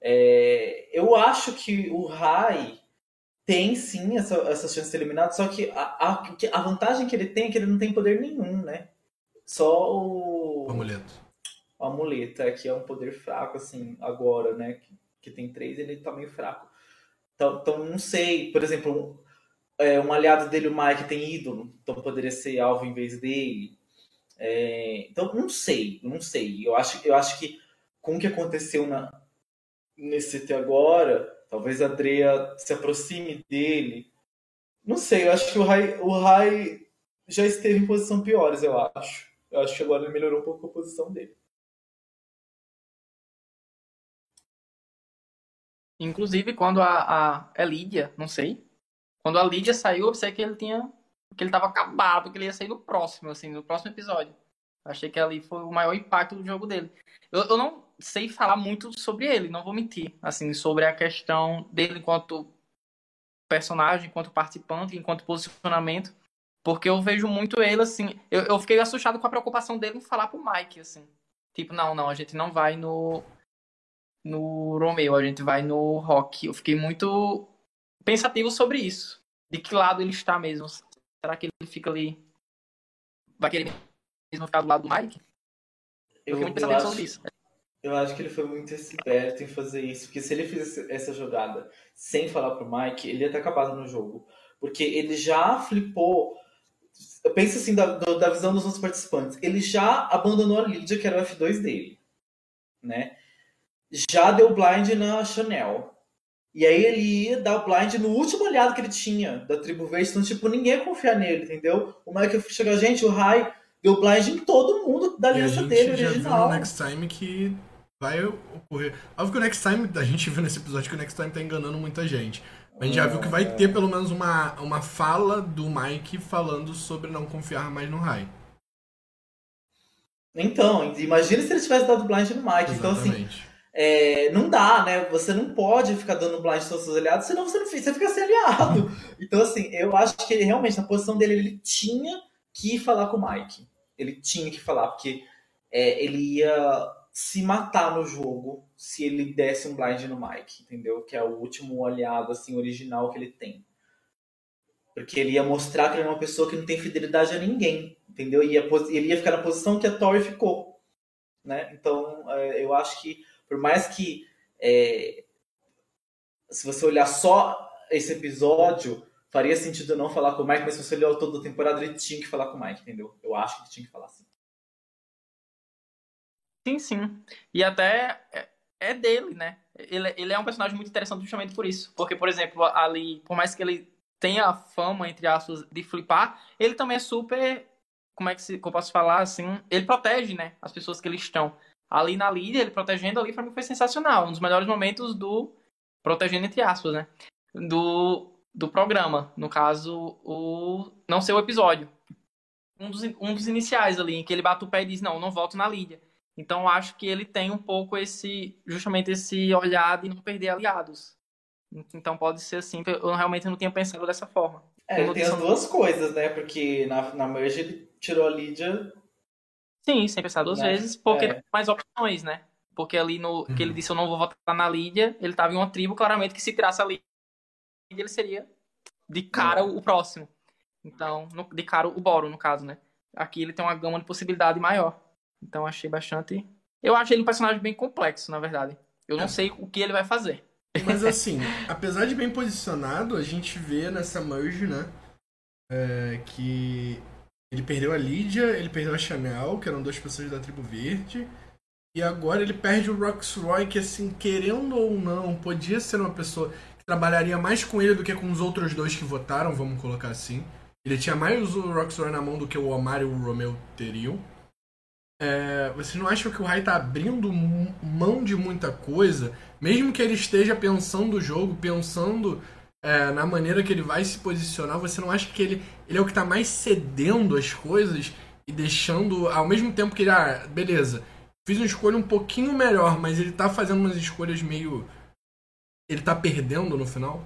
Eu acho que o Rai tem sim essa chance de ser eliminado, só que a vantagem que ele tem é que ele não tem poder nenhum, né? Só O amuleto. o amuleto, que é um poder fraco, assim, agora, né? Que tem 3, ele tá meio fraco. Então não sei, por exemplo, um aliado dele, o Mike, tem ídolo, então poderia ser alvo em vez dele. Então não sei. Eu acho que com o que aconteceu nesse CT agora, talvez a Drea se aproxime dele. Não sei, eu acho que o Rai já esteve em posição piores, eu acho. Eu acho que agora ele melhorou um pouco a posição dele. Inclusive, quando a Lídia, não sei, quando a Lídia saiu, eu pensei que ele tava acabado, que ele ia sair no próximo, assim, no próximo episódio. Eu achei que ali foi o maior impacto do jogo dele. Eu não sei falar muito sobre ele, não vou mentir, assim, sobre a questão dele enquanto personagem, enquanto participante, enquanto posicionamento, porque eu vejo muito ele, assim, eu fiquei assustado com a preocupação dele em falar pro Mike, assim, tipo, não, a gente não vai no Romeo, a gente vai no Rock. Eu fiquei muito pensativo sobre isso. De que lado ele está mesmo? Será que ele fica ali, vai querer mesmo ficar do lado do Mike? Eu fiquei muito pensativo sobre isso. Eu acho que ele foi muito esperto em fazer isso, porque se ele fizesse essa jogada sem falar pro Mike, ele ia estar acabado no jogo. Porque ele já flipou. Eu penso assim, da visão dos outros participantes. Ele já abandonou a Lydia, que era o F2 dele. Né? Já deu blind na Chanel. E aí ele ia dar o blind no último aliado que ele tinha, da tribo verde. Então, tipo, ninguém ia confiar nele, entendeu? O Mike chegou, gente, o Rai deu blind em todo mundo da aliança dele, original. E a gente já viu no Next Time que vai ocorrer. Óbvio que o Next Time, a gente viu nesse episódio que o Next Time tá enganando muita gente. Mas a gente já viu que vai ter pelo menos uma fala do Mike falando sobre não confiar mais no Rai. Então, imagina se ele tivesse dado blind no Mike. Exatamente. Então, assim, não dá, né? Você não pode ficar dando blind aos seus aliados, senão você fica sem aliado. Então, assim, eu acho que ele realmente, na posição dele, ele tinha que falar com o Mike. Ele tinha que falar, porque ele ia se matar no jogo se ele desse um blind no Mike, entendeu? Que é o último aliado, assim, original que ele tem. Porque ele ia mostrar que ele é uma pessoa que não tem fidelidade a ninguém, entendeu? E ele ia ficar na posição que a Tori ficou, né? Então, eu acho que, por mais que se você olhar só esse episódio, faria sentido eu não falar com o Mike, mas se você olhar toda a temporada, ele tinha que falar com o Mike, entendeu? Eu acho que ele tinha que falar assim. Sim. E até é dele, né? Ele é um personagem muito interessante justamente por isso. Porque, por exemplo, ali, por mais que ele tenha a fama, entre aspas, de flipar, ele também é super... Como é que eu posso falar, assim? Ele protege, né? As pessoas que eles estão. Ali na Lídia, ele protegendo ali, pra mim foi sensacional. Um dos melhores momentos do... Protegendo, entre aspas, né? Do programa. No caso, não sei o episódio. Um dos iniciais ali, em que ele bate o pé e diz, não volto na Lídia. Então, eu acho que ele tem um pouco justamente esse olhar de não perder aliados. Então, pode ser assim. Eu realmente não tinha pensado dessa forma. Ele tem as duas coisas, né? Porque na Merge ele tirou a Lídia. Sim, sem pensar duas vezes, porque tem mais opções, né? Porque ali que ele disse eu não vou votar na Lídia, ele tava em uma tribo, claramente, que se tirasse a Lídia, ele seria de cara o próximo. Então, de cara o Boro, no caso, né? Aqui ele tem uma gama de possibilidade maior. Então achei bastante... Eu achei ele um personagem bem complexo, na verdade. Eu não sei o que ele vai fazer. Mas assim, apesar de bem posicionado, a gente vê nessa merge, né? Que ele perdeu a Lídia, ele perdeu a Chanel, que eram duas pessoas da tribo verde. E agora ele perde o Roxroy, que assim, querendo ou não, podia ser uma pessoa que trabalharia mais com ele do que com os outros dois que votaram, vamos colocar assim. Ele tinha mais o Roxroy na mão do que o Omar e o Romeo teriam. Vocês não acham que o Rai tá abrindo mão de muita coisa? Mesmo que ele esteja pensando o jogo, pensando na maneira que ele vai se posicionar, você não acha que ele é o que tá mais cedendo as coisas e deixando, ao mesmo tempo que ele, beleza, fiz uma escolha um pouquinho melhor, mas ele tá fazendo umas escolhas meio... Ele tá perdendo no final?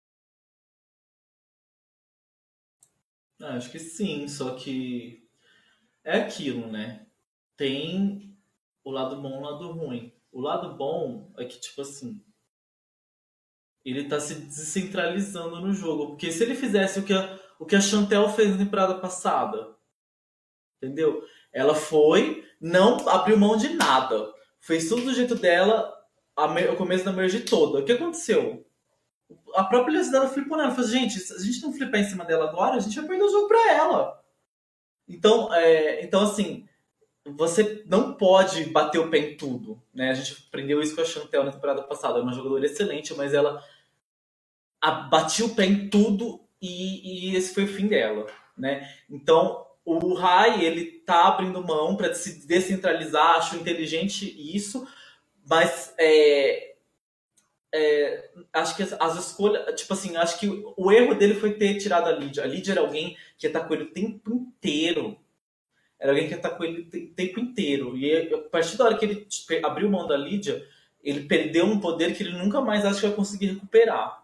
Acho que sim, só que é aquilo, né? Tem o lado bom e o lado ruim. O lado bom é que, tipo assim, Ele tá se descentralizando no jogo. Porque se ele fizesse o que a Chantel fez na temporada passada, entendeu? Ela foi, não abriu mão de nada. Fez tudo do jeito dela, o começo da merge toda. O que aconteceu? A própria Leslie dela flipou nela. Falou, gente, se a gente não flipar em cima dela agora, a gente vai perder o jogo pra ela. Então assim, você não pode bater o pé em tudo, né? A gente aprendeu isso com a Chantel na temporada passada. É uma jogadora excelente, mas ela batia o pé em tudo e esse foi o fim dela, né? Então, o Rai, ele tá abrindo mão para se descentralizar, acho inteligente isso, mas acho que as escolhas, tipo assim, acho que o erro dele foi ter tirado a Lídia. A Lídia era alguém que ia estar com ele o tempo inteiro. Era alguém que ia estar com ele o tempo inteiro. E a partir da hora que ele abriu mão da Lídia, ele perdeu um poder que ele nunca mais acho que vai conseguir recuperar.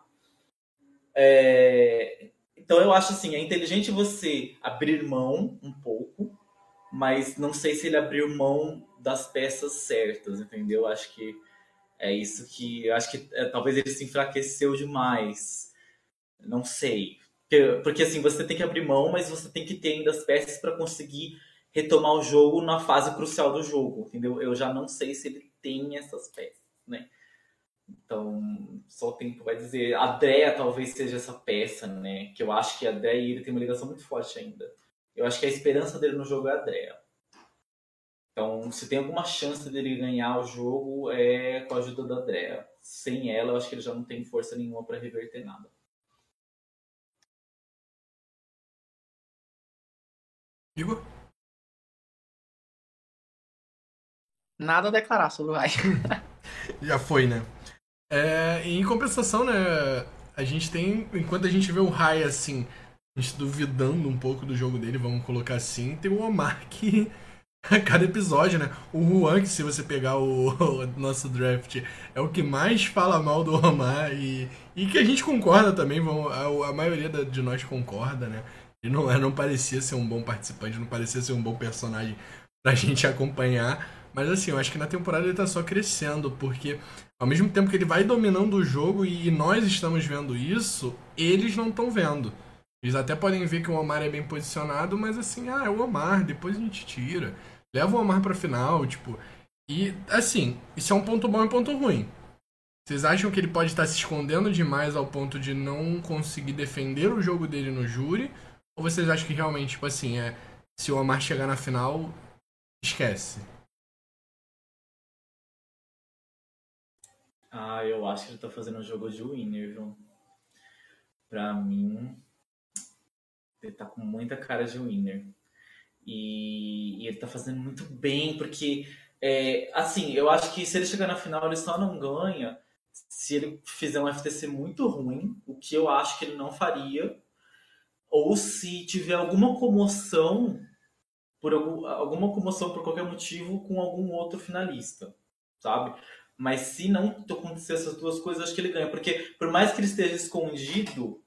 Então eu acho assim, é inteligente você abrir mão um pouco, mas não sei se ele abriu mão das peças certas, entendeu? Acho que é isso que... Acho que talvez ele se enfraqueceu demais. Não sei. Porque assim, você tem que abrir mão, mas você tem que ter ainda as peças para conseguir retomar o jogo na fase crucial do jogo, entendeu? Eu já não sei se ele tem essas peças, né? Então, só o tempo vai dizer. A Drea talvez seja essa peça, né? Que eu acho que a Drea e ele tem uma ligação muito forte ainda. Eu acho que a esperança dele no jogo é a Drea. Então, se tem alguma chance dele ganhar o jogo, é com a ajuda da Drea. Sem ela, eu acho que ele já não tem força nenhuma para reverter nada. Igor? Nada a declarar sobre o Rai. Já foi, né? Em compensação, né? A gente tem. Enquanto a gente vê o Rai assim, a gente duvidando um pouco do jogo dele, vamos colocar assim, tem o Omar que. A cada episódio, né? O Juan, que se você pegar o nosso draft, é o que mais fala mal do Omar e que a gente concorda também, a maioria de nós concorda, né? Ele não parecia ser um bom participante, não parecia ser um bom personagem pra gente acompanhar. Mas assim, eu acho que na temporada ele tá só crescendo, porque ao mesmo tempo que ele vai dominando o jogo e nós estamos vendo isso, eles não estão vendo. Eles até podem ver que o Omar é bem posicionado, mas assim, é o Omar, depois a gente tira. Leva o Omar pra final, tipo. E assim, isso é um ponto bom e um ponto ruim. Vocês acham que ele pode estar se escondendo demais ao ponto de não conseguir defender o jogo dele no júri? Ou vocês acham que realmente, tipo assim, se o Omar chegar na final, esquece? Eu acho que ele tá fazendo um jogo de winner, viu? Pra mim, ele tá com muita cara de winner. E ele tá fazendo muito bem, porque, assim, eu acho que se ele chegar na final, ele só não ganha se ele fizer um FTC muito ruim, o que eu acho que ele não faria, ou se tiver alguma comoção alguma comoção por qualquer motivo com algum outro finalista, sabe? Mas se não acontecer essas duas coisas, acho que ele ganha. Porque por mais que ele esteja escondido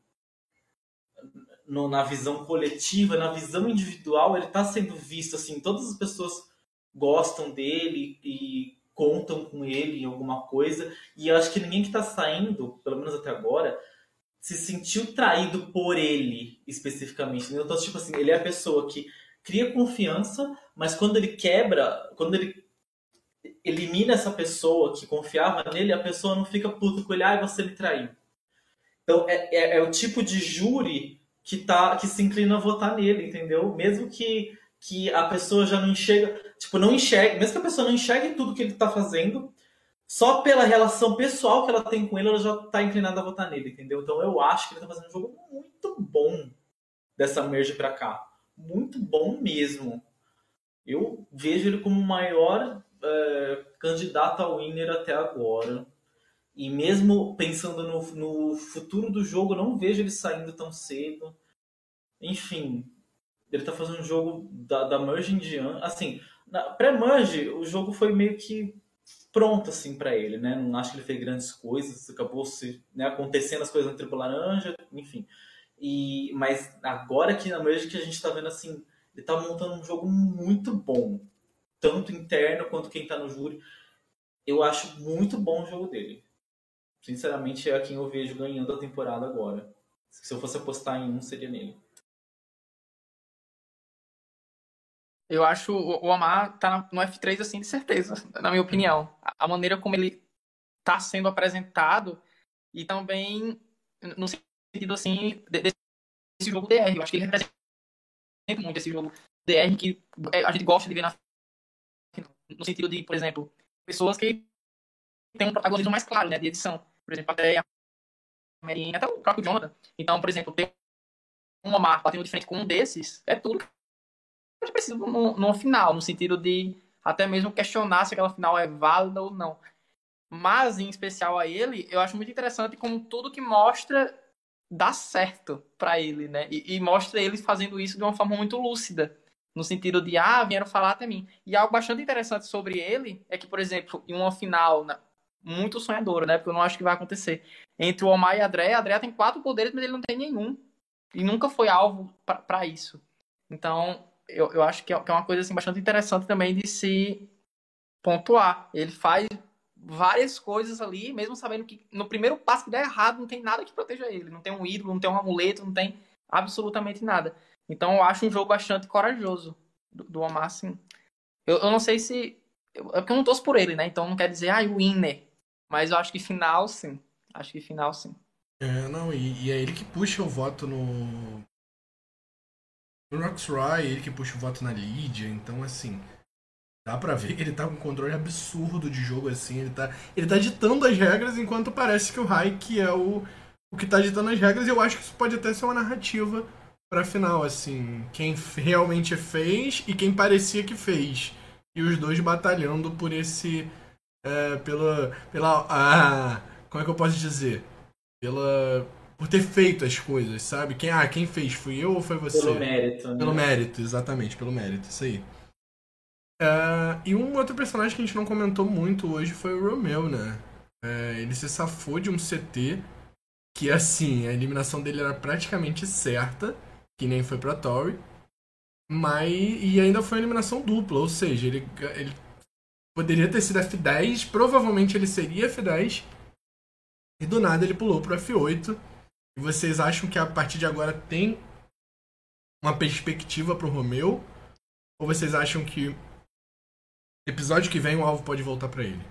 na visão coletiva, na visão individual, ele está sendo visto, assim, todas as pessoas gostam dele e contam com ele em alguma coisa. E eu acho que ninguém que está saindo, pelo menos até agora, se sentiu traído por ele, especificamente. Então, tipo assim, ele é a pessoa que cria confiança, mas quando ele quebra, quando ele elimina essa pessoa que confiava nele, a pessoa não fica puta com ele, você me traiu. Então, é o tipo de júri que se inclina a votar nele, entendeu? Mesmo que a pessoa já não enxerga, mesmo que a pessoa não enxergue tudo que ele tá fazendo, só pela relação pessoal que ela tem com ele, ela já tá inclinada a votar nele, entendeu? Então eu acho que ele tá fazendo um jogo muito bom dessa merge pra cá. Muito bom mesmo. Eu vejo ele como o maior candidato ao winner até agora. E mesmo pensando no futuro do jogo, eu não vejo ele saindo tão cedo. Enfim, ele tá fazendo um jogo da Merge em diante. Assim, na pré-Merge, o jogo foi meio que pronto, assim, pra ele, né? Não acho que ele fez grandes coisas. Acabou acontecendo as coisas na Triple Laranja, enfim. Mas agora aqui na Merge que a gente tá vendo, assim, ele tá montando um jogo muito bom. Tanto interno quanto quem tá no júri. Eu acho muito bom o jogo dele. sinceramente, é quem eu vejo ganhando a temporada agora. Se eu fosse apostar em um, seria nele. Eu acho o Omar tá no F3 assim de certeza, na minha opinião. A maneira como ele tá sendo apresentado e também no sentido assim desse jogo DR. Eu acho que ele representa muito esse jogo DR que a gente gosta de ver na final. No sentido de, por exemplo, pessoas que têm um protagonismo mais claro, né, de edição. Por exemplo, até a Marina, até o próprio Jonathan. Então, por exemplo, ter um Omar batendo de frente com um desses é tudo que a gente precisa no final, no sentido de até mesmo questionar se aquela final é válida ou não. Mas, em especial a ele, eu acho muito interessante como tudo que mostra dá certo pra ele, né? E mostra ele fazendo isso de uma forma muito lúcida. No sentido de, vieram falar até mim. E algo bastante interessante sobre ele é que, por exemplo, em uma final muito sonhadora, né? Porque eu não acho que vai acontecer. Entre o Omar e a Andrea tem 4 poderes, mas ele não tem nenhum. E nunca foi alvo pra isso. Então, eu acho que é uma coisa assim, bastante interessante também de se pontuar. Ele faz várias coisas ali, mesmo sabendo que no primeiro passo que der errado, não tem nada que proteja ele. Não tem um ídolo, não tem um amuleto, não tem absolutamente nada. Então eu acho um jogo bastante corajoso do Omar, assim. Eu não sei se... É porque eu não torço por ele, né? Então não quer dizer, winner. Mas eu acho que final, sim. Acho que final, sim. Não, e é ele que puxa o voto no Roxroy, ele que puxa o voto na Lídia, então assim... Dá pra ver que ele tá com um controle absurdo de jogo, assim. Ele tá ditando as regras, enquanto parece que o Raik é o que tá ditando as regras. E eu acho que isso pode até ser uma narrativa pra final, assim. Quem realmente fez e quem parecia que fez. E os dois batalhando por esse... como é que eu posso dizer? Por ter feito as coisas, sabe? Quem fez? Fui eu ou foi você? Pelo mérito, né? Pelo mérito, exatamente, pelo mérito, isso aí. E um outro personagem que a gente não comentou muito hoje foi o Romeu, né? Ele se safou de um CT que, assim, a eliminação dele era praticamente certa, que nem foi pra Tori, e ainda foi uma eliminação dupla, ou seja, ele poderia ter sido F10, provavelmente ele seria F10, e do nada ele pulou pro F8. E vocês acham que a partir de agora tem uma perspectiva pro Romeu? Ou vocês acham que episódio que vem o alvo pode voltar pra ele?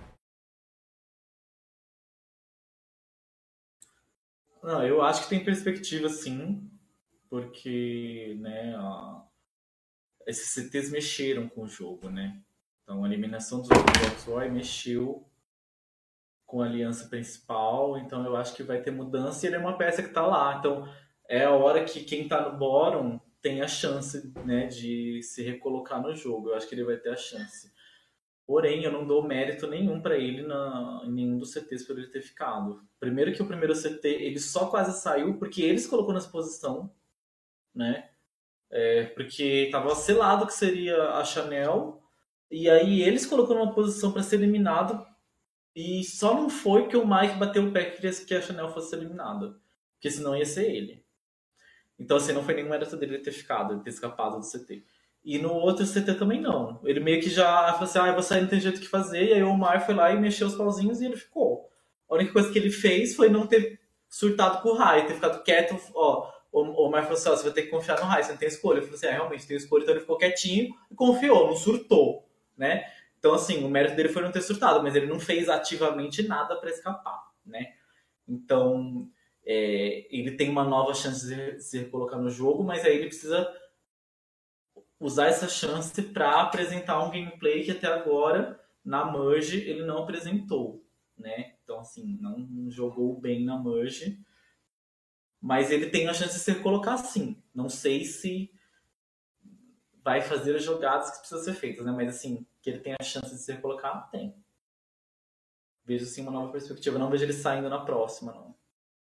Não, eu acho que tem perspectiva, sim, porque, né, esses CTs mexeram com o jogo, né? Então a eliminação do Roxroy mexeu com a aliança principal, então eu acho que vai ter mudança e ele é uma peça que tá lá. Então é a hora que quem tá no bottom tem a chance, né, de se recolocar no jogo. Eu acho que ele vai ter a chance. Porém, eu não dou mérito nenhum para ele em nenhum dos CTs por ele ter ficado. Primeiro que o primeiro CT, ele só quase saiu porque eles colocou nessa posição, né? Porque tava selado que seria a Chanel, e aí eles colocou numa posição para ser eliminado, e só não foi porque o Mike bateu o pé que a Chanel fosse eliminada. Porque senão ia ser ele. Então, assim, não foi nenhum mérito dele ter ficado, ter escapado do CT. E no outro CT também não. Ele meio que já falou assim, eu vou sair, não tem jeito que fazer. E aí o Omar foi lá e mexeu os pauzinhos e ele ficou. A única coisa que ele fez foi não ter surtado com o Rai, ter ficado quieto. O Omar falou assim, você vai ter que confiar no Rai, você não tem escolha. Eu falei assim, realmente tem escolha. Então ele ficou quietinho e confiou, não surtou, né? Então, assim, o mérito dele foi não ter surtado, mas ele não fez ativamente nada para escapar, né? Então, ele tem uma nova chance de se recolocar no jogo, mas aí ele precisa usar essa chance para apresentar um gameplay que até agora, na Merge, ele não apresentou, né? Então, assim, não jogou bem na Merge, mas ele tem a chance de se recolocar sim. Não sei se vai fazer as jogadas que precisam ser feitas, né? Mas, assim, que ele tem a chance de se recolocar, tem. Vejo, sim, uma nova perspectiva. Não vejo ele saindo na próxima, não.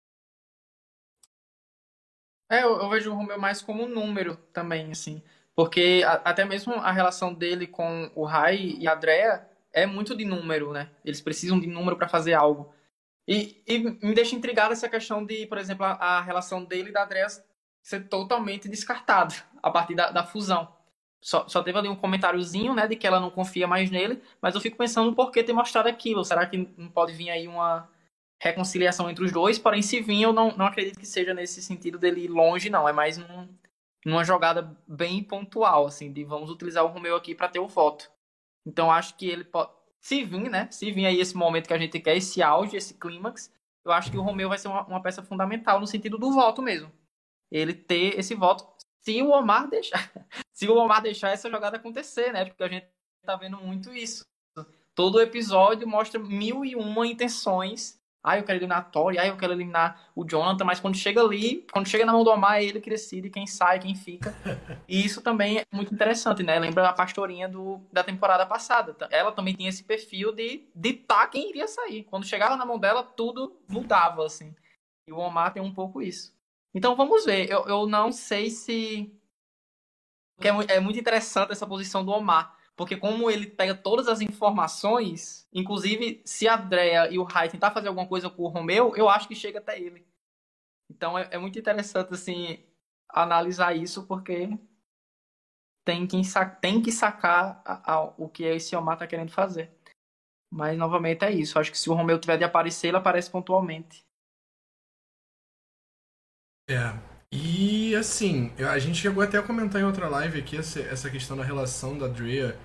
Eu vejo o Romeu mais como um número também, assim. Porque até mesmo a relação dele com o Rai e a Andrea é muito de número, né? Eles precisam de número para fazer algo. E me deixa intrigada essa questão de, por exemplo, a relação dele e da Andrea ser totalmente descartada a partir da fusão. Só teve ali um comentáriozinho, né, de que ela não confia mais nele, mas eu fico pensando por que ter mostrado aquilo. Será que não pode vir aí reconciliação entre os dois, porém se vir eu não acredito que seja nesse sentido dele ir longe, não. É mais numa jogada bem pontual, assim, de vamos utilizar o Romeu aqui para ter o voto. Então acho que ele pode, se vir, né? Se vir aí esse momento que a gente quer, esse auge, esse clímax, eu acho que o Romeu vai ser uma peça fundamental no sentido do voto mesmo. Ele ter esse voto, se o Omar deixar, se o Omar deixar essa jogada acontecer, né? Porque a gente tá vendo muito isso. Todo episódio mostra 1001 intenções. Eu quero eliminar a Tori, eu quero eliminar o Jonathan, mas quando chega ali, quando chega na mão do Omar, é ele que decide quem sai, quem fica. E isso também é muito interessante, né? Lembra a pastorinha da temporada passada. Ela também tinha esse perfil de ditar quem iria sair. Quando chegava na mão dela, tudo mudava, assim. E o Omar tem um pouco isso. Então vamos ver. Eu não sei se... Porque é muito interessante essa posição do Omar. Porque como ele pega todas as informações, inclusive se a Drea e o Rai tentar fazer alguma coisa com o Romeu, eu acho que chega até ele. Então é muito interessante, assim, analisar isso, porque tem que sacar o que esse Omar tá querendo fazer. Mas, novamente, é isso. Acho que se o Romeu tiver de aparecer, ele aparece pontualmente. E assim, a gente chegou até a comentar em outra live aqui essa questão da relação da Drea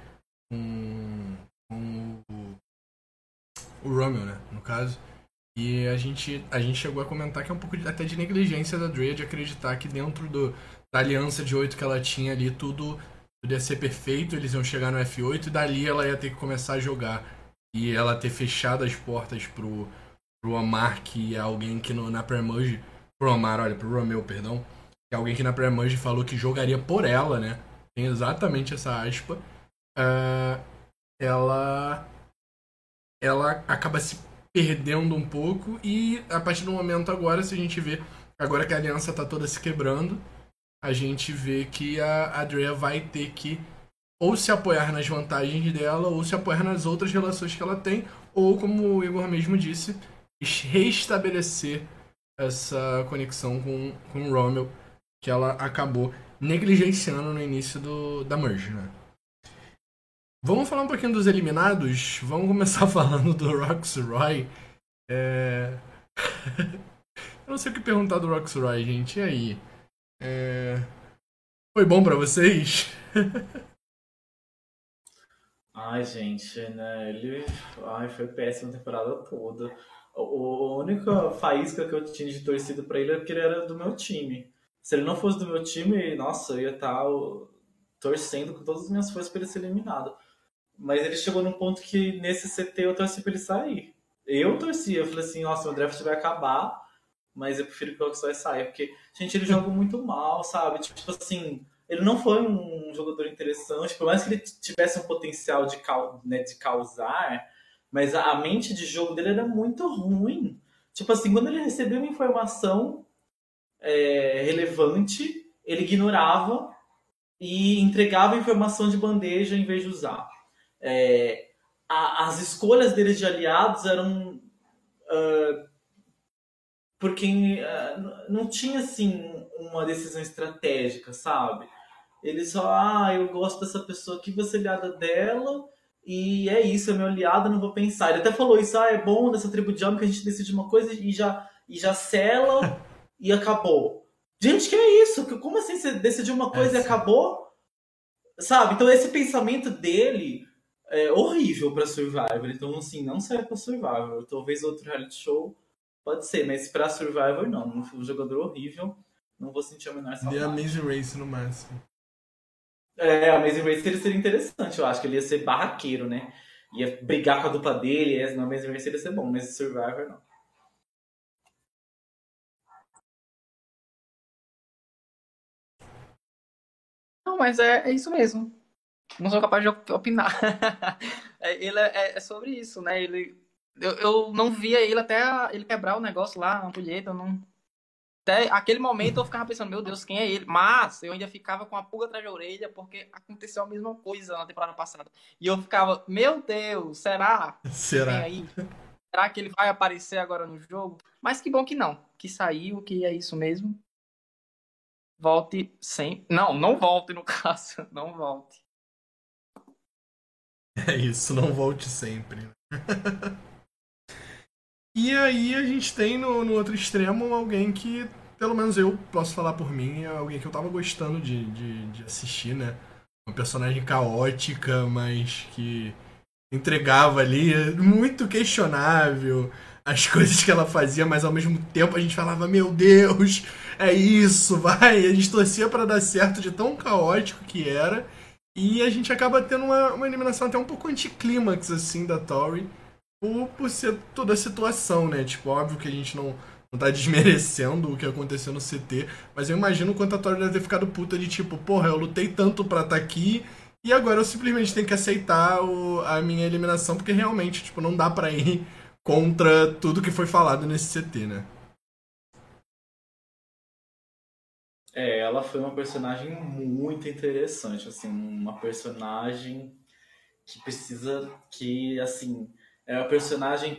com o Romeo, né? No caso. E a gente chegou a comentar que é um pouco até de negligência da Drea de acreditar que dentro da aliança de 8 que ela tinha ali, tudo ia ser perfeito, eles iam chegar no F8 e dali ela ia ter que começar a jogar. E ela ter fechado as portas pro Omar, que é alguém que na pré-merge... Pro Omar, olha, pro Romeu, perdão. Que é alguém que na pré-merge falou que jogaria por ela, né? Tem exatamente essa aspa. Ela acaba se perdendo um pouco e a partir do momento agora, se a gente vê, agora que a aliança tá toda se quebrando, a gente vê que a Drea vai ter que ou se apoiar nas vantagens dela ou se apoiar nas outras relações que ela tem, ou como o Igor mesmo disse, restabelecer essa conexão com o Romeu que ela acabou negligenciando no início da merge, né? Vamos falar um pouquinho dos eliminados. Vamos começar falando do Roxroy. Eu não sei o que perguntar do Roxroy, gente. E aí? Foi bom pra vocês? Ai, gente, né? Ele foi péssimo a temporada toda. A única faísca que eu tinha de torcida pra ele é porque ele era do meu time. Se ele não fosse do meu time, nossa, eu ia estar torcendo com todas as minhas forças pra ele ser eliminado. Mas ele chegou num ponto que nesse CT eu torci pra ele sair. Eu torci, eu falei assim, nossa, meu draft vai acabar, mas eu prefiro que o Roxroy saia. Porque, gente, ele joga muito mal, sabe? Tipo assim, ele não foi um jogador interessante, por mais que ele tivesse um potencial de causar, mas a mente de jogo dele era muito ruim. Tipo assim, quando ele recebia uma informação relevante, ele ignorava e entregava a informação de bandeja em vez de usar. As escolhas dele de aliados eram porque não tinha assim uma decisão estratégica, sabe? Ele só, eu gosto dessa pessoa aqui, vou ser aliada dela, e é isso, é meu aliado, não vou pensar. Ele até falou isso, é bom nessa tribo de homem que a gente decide uma coisa e já sela e acabou. Gente, que é isso? Como assim você decidiu uma coisa e acabou? Sabe? Então esse pensamento dele é horrível pra Survivor. Então, assim, não serve pra Survivor. Talvez outro reality show pode ser, mas pra Survivor não. Um jogador horrível, não vou sentir a menor saudade. The Amazing Race no máximo. A Amazing Race ele seria interessante, eu acho que ele ia ser barraqueiro, né? Ia brigar com a dupla dele, na Amazing Race ele ia ser bom, mas Survivor não. Não, mas é isso mesmo. Não sou capaz de opinar. Ele é sobre isso, né? Eu não via ele até ele quebrar o negócio lá, a ampulheta, não... Até aquele momento eu ficava pensando, meu Deus, quem é ele? Mas eu ainda ficava com a pulga atrás da orelha, porque aconteceu a mesma coisa na temporada passada. E eu ficava, meu Deus, será? Será? Vem aí? Será que ele vai aparecer agora no jogo? Mas que bom que não. Que saiu, que é isso mesmo. Volte sem... Não volte no caso. Não volte. É isso, não volte sempre. E aí a gente tem no outro extremo alguém que, pelo menos eu posso falar por mim, é alguém que eu tava gostando de assistir, né? Uma personagem caótica, mas que entregava ali, muito questionável as coisas que ela fazia, mas ao mesmo tempo a gente falava, meu Deus, é isso, vai. A gente torcia pra dar certo de tão caótico que era. E a gente acaba tendo uma eliminação até um pouco anticlímax, assim, da Tori, por ser toda a situação, né? Tipo, óbvio que a gente não tá desmerecendo o que aconteceu no CT, mas eu imagino o quanto a Tori deve ter ficado puta de tipo, porra, eu lutei tanto pra estar aqui e agora eu simplesmente tenho que aceitar a minha eliminação, porque realmente, tipo, não dá pra ir contra tudo que foi falado nesse CT, né? Ela foi uma personagem muito interessante, assim, uma personagem que precisa, que, assim, é uma personagem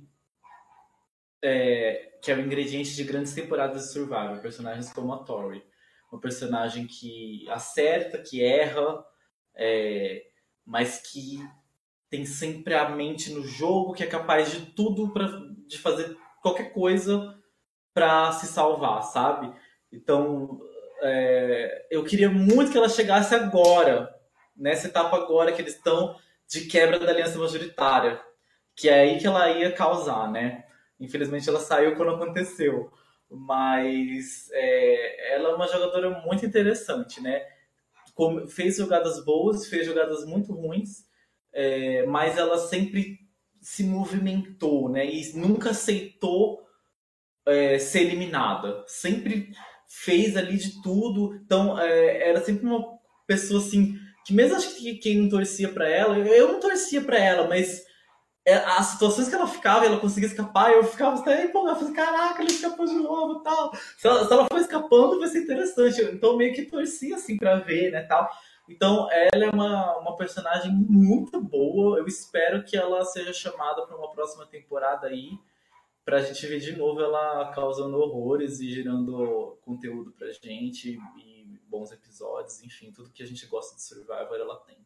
que é o ingrediente de grandes temporadas de Survivor, personagens como a Tori. Uma personagem que acerta, que erra, mas que tem sempre a mente no jogo, que é capaz de tudo, de fazer qualquer coisa pra se salvar, sabe? Então, eu queria muito que ela chegasse agora, nessa etapa agora que eles estão de quebra da aliança majoritária, que é aí que ela ia causar, né? Infelizmente ela saiu quando aconteceu, mas ela é uma jogadora muito interessante, né? Fez jogadas boas, fez jogadas muito ruins, mas ela sempre se movimentou, né? E nunca aceitou ser eliminada. Sempre fez ali de tudo. Então, era sempre uma pessoa assim que mesmo acho que quem não torcia pra ela, eu não torcia pra ela, mas as situações que ela ficava e ela conseguia escapar, eu ficava até empolgado, falei, caraca, ela escapou de novo e tal. Se ela for escapando, vai ser interessante. Então meio que torcia assim pra ver, né, tal. Então ela é uma personagem muito boa. Eu espero que ela seja chamada para uma próxima temporada aí, pra gente ver de novo ela causando horrores e gerando conteúdo pra gente e bons episódios, enfim, tudo que a gente gosta de Survivor ela tem.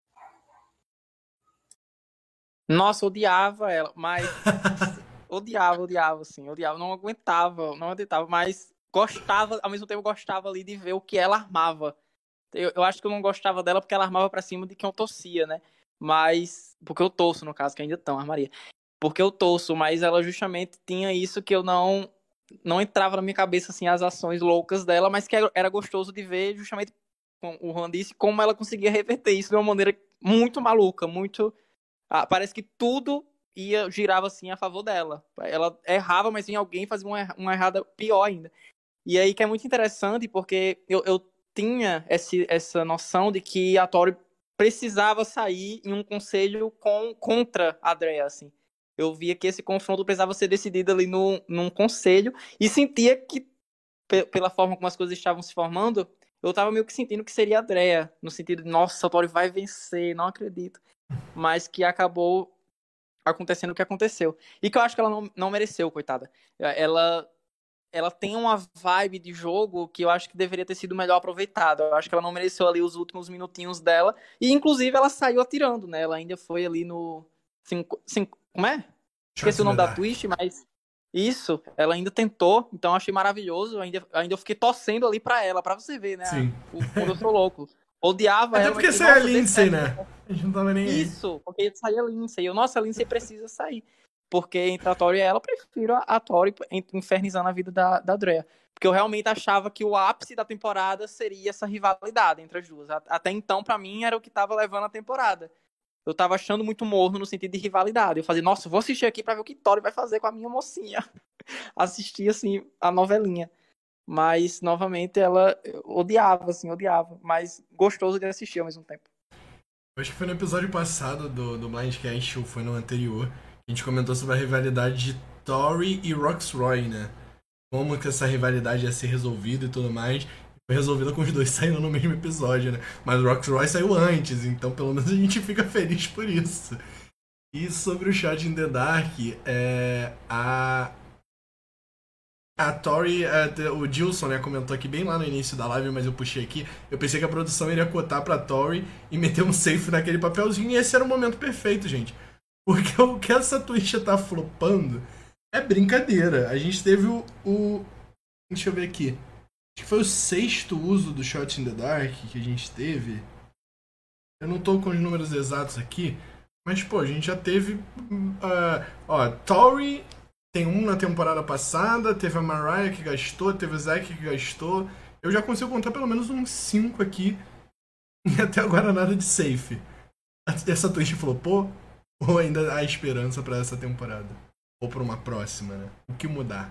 Nossa, odiava ela, mas odiava, assim, odiava, não aguentava, mas gostava, ao mesmo tempo gostava ali de ver o que ela armava. Eu acho que eu não gostava dela porque ela armava pra cima de quem eu torcia, né? Mas, porque eu torço, no caso, que ainda estão, armaria. Porque eu torço, mas ela justamente tinha isso que eu não entrava na minha cabeça, assim, as ações loucas dela, mas que era gostoso de ver, justamente, como o Juan disse, como ela conseguia reverter isso de uma maneira muito maluca, muito... parece que tudo girava assim a favor dela. Ela errava, mas vinha alguém fazia uma errada pior ainda. E aí que é muito interessante, porque eu tinha essa noção de que a Tori precisava sair em um conselho contra a Andrea, assim. Eu via que esse confronto precisava ser decidido ali num conselho e sentia que, pela forma como as coisas estavam se formando, eu tava meio que sentindo que seria a Andrea, no sentido de, nossa, a Tori vai vencer, não acredito. Mas que acabou acontecendo o que aconteceu. E que eu acho que ela não mereceu, coitada. Ela tem uma vibe de jogo que eu acho que deveria ter sido melhor aproveitada. Eu acho que ela não mereceu ali os últimos minutinhos dela. E, inclusive, ela saiu atirando, né? Ela ainda foi ali no... como é? Esqueci o nome da twist, mas... Isso, ela ainda tentou. Então, eu achei maravilhoso. Ainda eu fiquei torcendo ali pra ela, pra você ver, né? Sim. Como eu sou louco. Odiava até ela. Porque você é Lindsay, né? A gente não tava nem aí. Isso, porque saía Lindsay. Nossa, a Lindsay precisa sair. Porque entre a Tori e ela, eu prefiro a Tori infernizando a vida da Andrea. Porque eu realmente achava que o ápice da temporada seria essa rivalidade entre as duas. Até então, pra mim, era o que tava levando a temporada. Eu tava achando muito morno no sentido de rivalidade. Eu fazia, nossa, vou assistir aqui pra ver o que Tori vai fazer com a minha mocinha. Assistia, assim, a novelinha. Mas, novamente, ela odiava. Mas gostoso de assistir ao mesmo tempo. Eu acho que foi no episódio passado do Blindcast, ou foi no anterior, a gente comentou sobre a rivalidade de Tori e Roxroy, né? Como que essa rivalidade ia ser resolvida e tudo mais. Foi resolvida com os dois saindo no mesmo episódio, né? Mas o Roxroy saiu antes, então pelo menos a gente fica feliz por isso. E sobre o Shot in the Dark, a Tori, o Gilson, né, comentou aqui bem lá no início da live, mas eu puxei aqui. Eu pensei que a produção iria cotar pra Tori e meter um safe naquele papelzinho, e esse era o momento perfeito, gente. Porque o que essa Twitch tá flopando É brincadeira. A gente teve o. Deixa eu ver aqui. Acho que foi o sexto uso do Shot in the Dark que a gente teve. Eu não tô com os números exatos aqui. Mas, pô, a gente já teve. Ó, Tori tem um na temporada passada. Teve a Mariah que gastou. Teve o Zack que gastou. Eu já consigo contar pelo menos uns 5 aqui. E até agora nada de safe. Essa Twitch flopou? Ou ainda há esperança pra essa temporada? Ou pra uma próxima, né? O que mudar?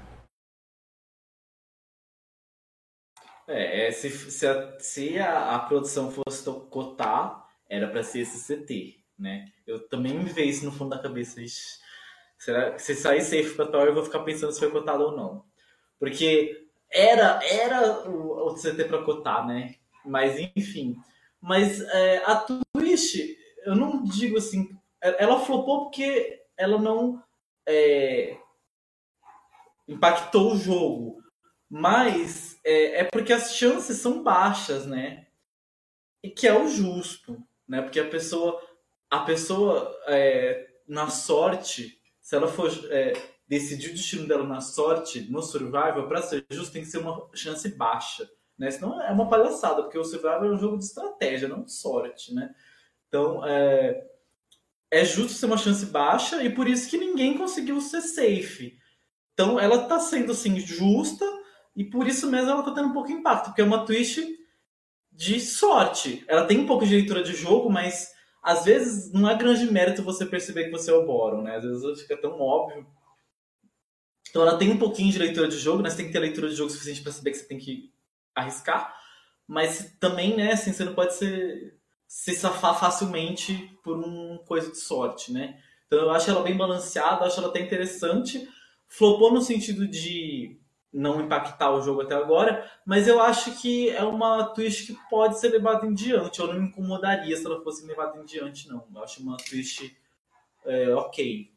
Se a produção fosse cotar, era pra ser esse CT, né? Eu também me vejo isso no fundo da cabeça. Ixi, será que se sair safe pra Tori, eu vou ficar pensando se foi cotado ou não. Porque era o CT pra cotar, né? Mas enfim. Mas a Twitch, eu não digo assim. Ela flopou porque ela não impactou o jogo. Mas é porque as chances são baixas, né? E que é o justo, né? Porque a pessoa na sorte, se ela for decidir o destino dela na sorte, no survival, para ser justo, tem que ser uma chance baixa, né? Senão é uma palhaçada, porque o survival é um jogo de estratégia, não de sorte, né? Então, é justo ser uma chance baixa e por isso que ninguém conseguiu ser safe. Então, ela tá sendo, assim, justa e por isso mesmo ela tá tendo um pouco de impacto, porque é uma Twitch de sorte. Ela tem um pouco de leitura de jogo, mas às vezes não é grande mérito você perceber que você é o Boron, né? Às vezes fica tão óbvio. Então ela tem um pouquinho de leitura de jogo, né? Você tem que ter leitura de jogo suficiente para saber que você tem que arriscar, mas também, né, assim, você não pode se safar facilmente por uma coisa de sorte, né? Então eu acho ela bem balanceada, acho ela até interessante. Flopou no sentido de não impactar o jogo até agora, mas eu acho que é uma twist que pode ser levada em diante. Eu não me incomodaria se ela fosse levada em diante, não. Eu acho uma twist ok.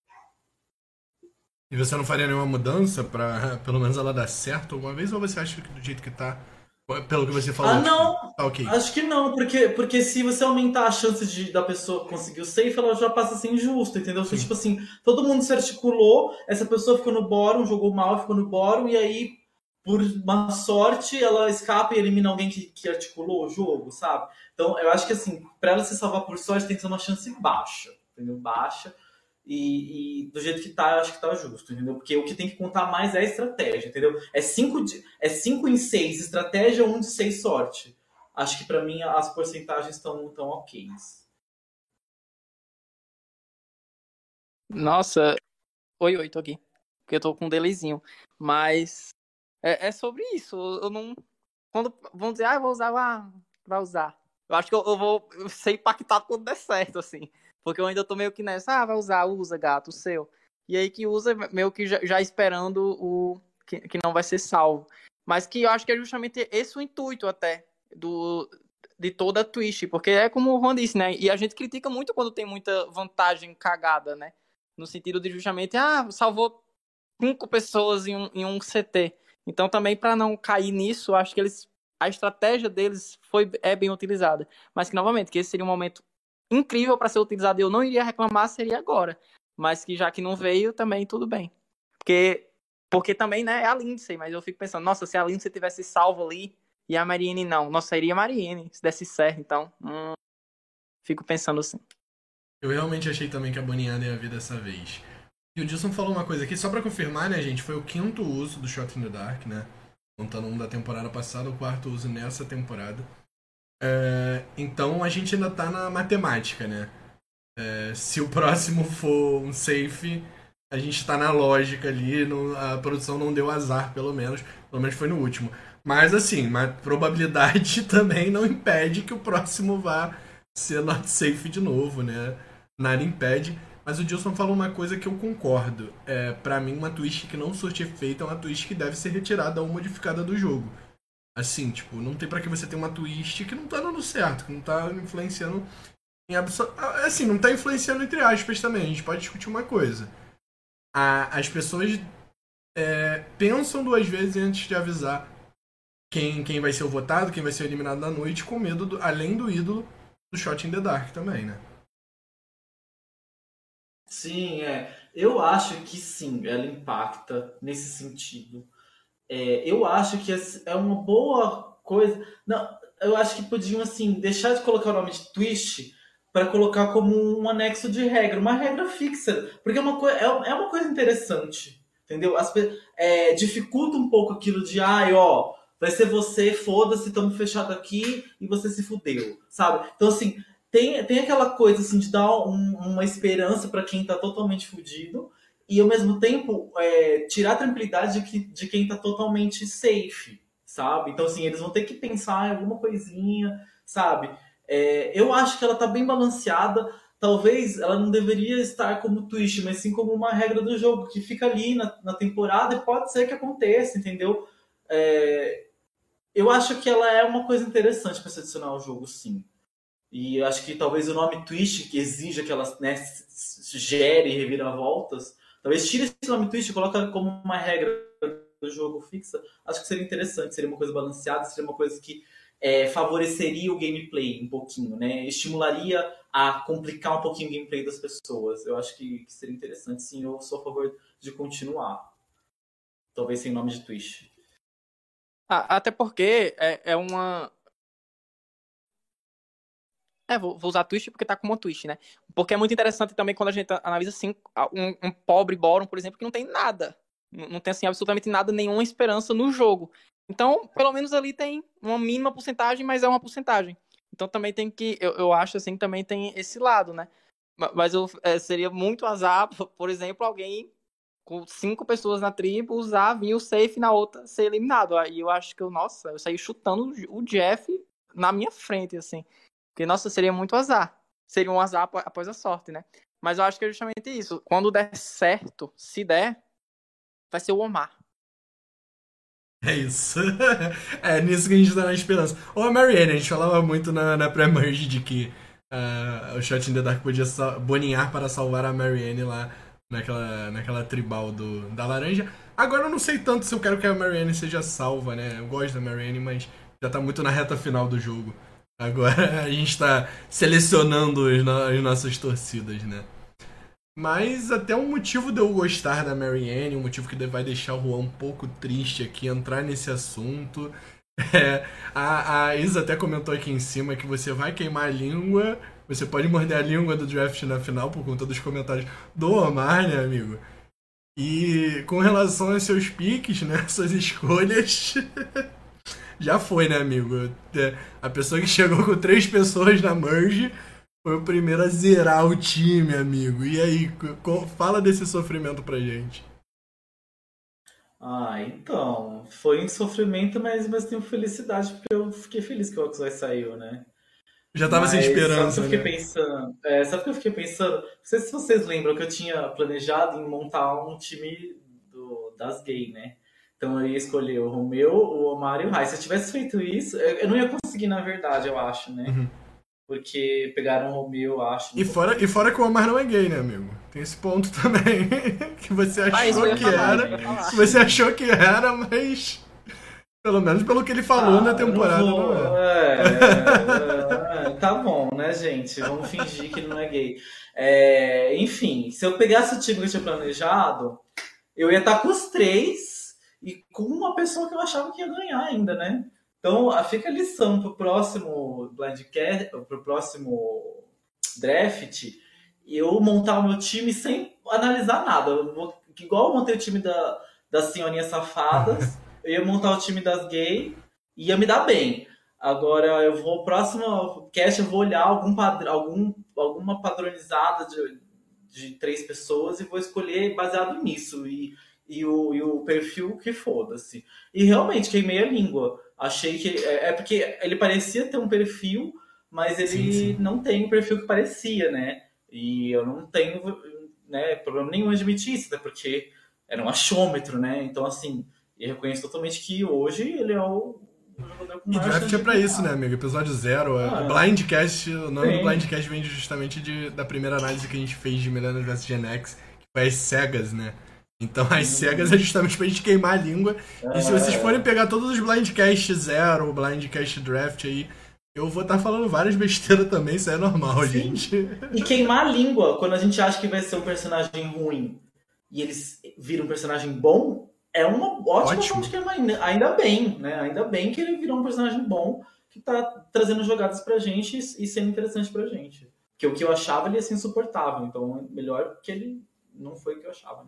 E você não faria nenhuma mudança pra pelo menos ela dar certo alguma vez? Ou você acha que do jeito que tá, pelo que você falou, Não! tipo, tá ok? Acho que não, porque se você aumentar a chance da pessoa conseguir o safe, ela já passa a ser injusta, entendeu? Porque, Sim. tipo assim, todo mundo se articulou, essa pessoa ficou no bottom, jogou mal, ficou no bottom, e aí, por uma sorte, ela escapa e elimina alguém que articulou o jogo, sabe? Então, eu acho que, assim, pra ela se salvar por sorte, tem que ser uma chance baixa, entendeu? Baixa. E do jeito que tá, eu acho que tá justo, entendeu? Porque o que tem que contar mais é a estratégia, entendeu? É 5 em 6 estratégia, 1 de 6 sorte. Acho que pra mim as porcentagens estão tão ok. Nossa, oi, tô aqui. Porque eu tô com um delayzinho. Mas é sobre isso. Eu não. Quando vão dizer, eu vou usar, vai usar. Eu acho que eu vou ser impactado quando der certo, assim. Porque eu ainda tô meio que nessa, vai usar, usa, gato, o seu. E aí que usa, meio que já esperando que não vai ser salvo. Mas que eu acho que é justamente esse o intuito até de toda a Twitch. Porque é como o Juan disse, né? E a gente critica muito quando tem muita vantagem cagada, né? No sentido de justamente, salvou 5 pessoas em um CT. Então também para não cair nisso, acho que a estratégia deles é bem utilizada. Mas que novamente, que esse seria um momento incrível para ser utilizado e eu não iria reclamar, seria agora. Mas que já que não veio, também tudo bem. Porque também, né, é a Lindsay, mas eu fico pensando, nossa, se a Lindsay tivesse salvo ali e a Marianne não, nossa, iria a Marianne, se desse certo, então, fico pensando assim. Eu realmente achei também que a Boniana ia vir dessa vez. E o Dilson falou uma coisa aqui, só pra confirmar, né, gente? Foi o 5º uso do Shot in the Dark, né? Contando um da temporada passada, o 4º uso nessa temporada. Então a gente ainda tá na matemática, né? Se o próximo for um safe, a gente tá na lógica ali, a produção não deu azar, pelo menos foi no último. Mas assim, a probabilidade também não impede que o próximo vá ser not safe de novo, né? Nada impede. Mas o Dilson falou uma coisa que eu concordo. Pra mim, uma twist que não surte efeito é uma twist que deve ser retirada ou modificada do jogo. Assim, tipo, não tem pra que você ter uma twist que não tá dando certo, que não tá influenciando em assim, não tá influenciando entre aspas também. A gente pode discutir uma coisa. As pessoas pensam 2 vezes antes de avisar quem vai ser o votado, quem vai ser eliminado na noite, com medo, além do ídolo, do Shot in the Dark também, né? Sim, Eu acho que sim, ela impacta nesse sentido. Eu acho que é uma boa coisa. Não, eu acho que podiam assim deixar de colocar o nome de twist para colocar como um anexo de regra, uma regra fixa, porque é uma coisa interessante, entendeu? Dificulta um pouco aquilo de, ó, vai ser você, foda-se, estamos fechados aqui e você se fudeu, sabe? Então assim, tem aquela coisa assim de dar uma esperança para quem tá totalmente fudido e ao mesmo tempo tirar a tranquilidade de quem tá totalmente safe, sabe? Então assim, eles vão ter que pensar em alguma coisinha, sabe? Eu acho que ela tá bem balanceada. Talvez ela não deveria estar como twist, mas sim como uma regra do jogo, que fica ali na temporada e pode ser que aconteça, entendeu? Eu acho que ela é uma coisa interessante para se adicionar ao jogo, sim. E eu acho que talvez o nome twist, que exija que ela, né, gere reviravoltas, talvez tire esse nome twist e coloque como uma regra do jogo fixa. Acho que seria interessante, seria uma coisa balanceada, seria uma coisa que favoreceria o gameplay um pouquinho, né? Estimularia a complicar um pouquinho o gameplay das pessoas. Eu acho que seria interessante, sim. Eu sou a favor de continuar. Talvez sem nome de twist. Até porque é uma... vou usar twist porque tá como twist, né? Porque é muito interessante também quando a gente analisa assim, um pobre Boron, por exemplo, que não tem nada. Não tem assim absolutamente nada, nenhuma esperança no jogo. Então, pelo menos ali tem uma mínima porcentagem, mas é uma porcentagem. Então também tem que, eu acho assim, também tem esse lado, né? Mas seria muito azar, por exemplo, alguém com 5 pessoas na tribo usar, vir o safe na outra, ser eliminado. Aí eu acho que eu saí chutando o Jeff na minha frente, assim. Porque, nossa, seria muito azar. Seria um azar após a sorte, né? Mas eu acho que é justamente isso. Quando der certo, se der, vai ser o Omar. É isso. É nisso que a gente tá na esperança. Ou a Marianne, a gente falava muito na pré-merge de que o Shot in the Dark podia boninhar para salvar a Marianne lá naquela tribal da laranja. Agora eu não sei tanto se eu quero que a Marianne seja salva, né? Eu gosto da Marianne, mas já tá muito na reta final do jogo. Agora a gente tá selecionando as nossas torcidas, né? Mas até um motivo de eu gostar da Marianne, um motivo que vai deixar o Juan um pouco triste aqui, entrar nesse assunto. A Isa até comentou aqui em cima que você vai queimar a língua, você pode morder a língua do draft na final por conta dos comentários do Omar, né, amigo? E com relação aos seus piques, né, suas escolhas, já foi, né, amigo? A pessoa que chegou com 3 pessoas na merge foi o primeiro a zerar o time, amigo. E aí, fala desse sofrimento pra gente. Então, foi um sofrimento, mas tenho felicidade, porque eu fiquei feliz que o Oxwell saiu, né? Já tava sem esperança, sabe o que eu fiquei pensando? Sabe o que eu fiquei pensando? Não sei se vocês lembram que eu tinha planejado em montar um time das gays, né? Então eu ia escolher o Romeu, o Omar e o Rai. Se eu tivesse feito isso, eu não ia conseguir, na verdade, eu acho, né? Uhum. Porque pegaram o Romeu, eu acho. E fora que o Omar não é gay, né, amigo? Tem esse ponto também. Que você achou que era. Você achou que era, mas. Pelo menos pelo que ele falou na temporada, não é. Tá bom, né, gente? Vamos fingir que ele não é gay. Enfim, se eu pegasse o time que eu tinha planejado, eu ia estar com os 3 e com uma pessoa que eu achava que ia ganhar ainda, né? Então, fica a lição pro próximo Blindcast, pro próximo draft, eu montar o meu time sem analisar nada. Igual eu montei o time das senhorinhas safadas, eu ia montar o time das gays e ia me dar bem. Agora, o próximo cast eu vou olhar alguma padronizada de 3 pessoas e vou escolher baseado nisso. E o perfil que foda-se. E realmente, queimei a língua. Achei que... porque ele parecia ter um perfil, mas ele não tem o perfil que parecia, né? E eu não tenho, né, problema nenhum em admitir isso, até porque era um achômetro, né? Então, assim, eu reconheço totalmente que hoje ele é o jogador com mais... E draft é pra isso, né, amigo? Episódio 0. O Blindcast, o nome do Blindcast vem justamente da primeira análise que a gente fez de Millennials vs Gen X, que foi as cegas, né? Então as cegas é justamente pra gente queimar a língua. E se vocês forem pegar todos os Blindcast 0, o Blindcast Draft aí, eu vou estar falando várias besteiras também, isso é normal, gente. E queimar a língua quando a gente acha que vai ser um personagem ruim. e eles viram um personagem bom, é uma ótima fonte que ainda bem, né? Ainda bem que ele virou um personagem bom que tá trazendo jogadas pra gente e sendo interessante pra gente. Porque o que eu achava ele ia ser insuportável, então melhor que ele não foi o que eu achava, né?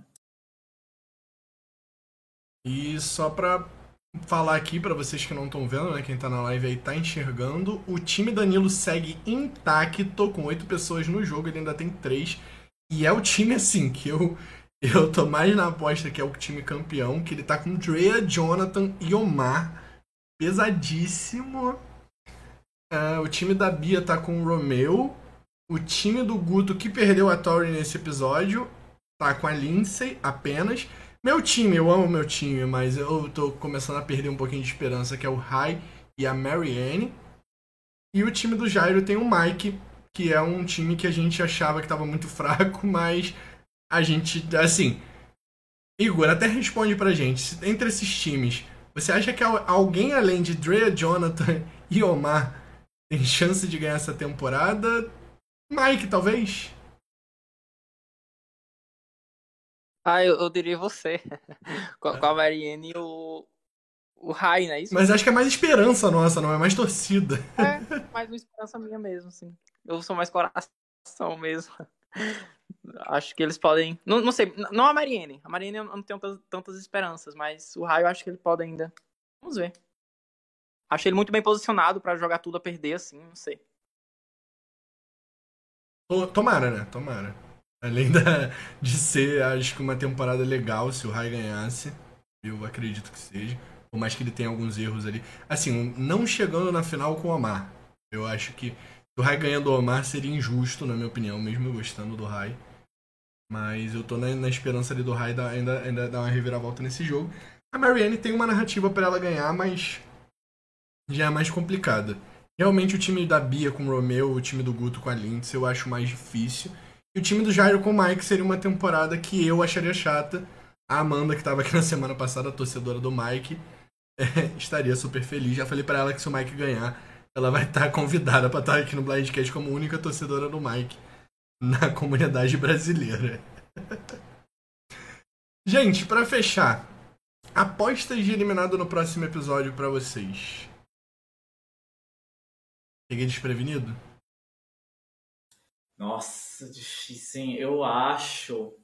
E só pra falar aqui pra vocês que não estão vendo, né? Quem tá na live aí tá enxergando. O time Danilo segue intacto, com 8 pessoas no jogo, ele ainda tem 3. E é o time, assim, que eu tô mais na aposta que é o time campeão, que ele tá com Drea, Jonathan e Omar. Pesadíssimo. O time da Bia tá com o Romeu. O time do Guto, que perdeu a Tori nesse episódio, tá com a Lindsay apenas. Meu time, eu amo meu time, mas eu tô começando a perder um pouquinho de esperança, que é o Rai e a Marianne. E o time do Jairo tem o Mike, que é um time que a gente achava que tava muito fraco, mas a gente, assim... Igor, até responde pra gente, entre esses times, você acha que alguém além de Drea, Jonathan e Omar tem chance de ganhar essa temporada? Mike, talvez? Eu diria você. Com a Marianne e o Rai, não é isso? Mas acho que é mais esperança nossa, não é mais torcida. É, mais uma esperança minha mesmo, assim. Eu sou mais coração mesmo. Acho que eles podem... Não sei, não a Marianne. A Marianne eu não tenho tantas esperanças, mas o Rai eu acho que ele pode ainda. Vamos ver. Acho ele muito bem posicionado pra jogar tudo a perder, assim, não sei. Tomara, né? Tomara. Além de ser, acho que uma temporada legal se o Rai ganhasse. Eu acredito que seja. Por mais que ele tenha alguns erros ali. Assim, não chegando na final com o Omar. Eu acho que o Rai ganhando o Omar seria injusto, na minha opinião, mesmo eu gostando do Rai. Mas eu tô na esperança ali do Rai ainda dar uma reviravolta nesse jogo. A Marianne tem uma narrativa pra ela ganhar, mas já é mais complicada. Realmente o time da Bia com o Romeu, o time do Guto com a Lindsay, eu acho mais difícil. E o time do Jairo com o Mike seria uma temporada que eu acharia chata. A Amanda, que tava aqui na semana passada, a torcedora do Mike, estaria super feliz. Já falei pra ela que se o Mike ganhar, ela vai estar convidada pra estar aqui no Blindcast como única torcedora do Mike na comunidade brasileira. Gente, pra fechar, apostas de eliminado no próximo episódio pra vocês. Peguei desprevenido? Nossa, difícil, hein? Eu acho.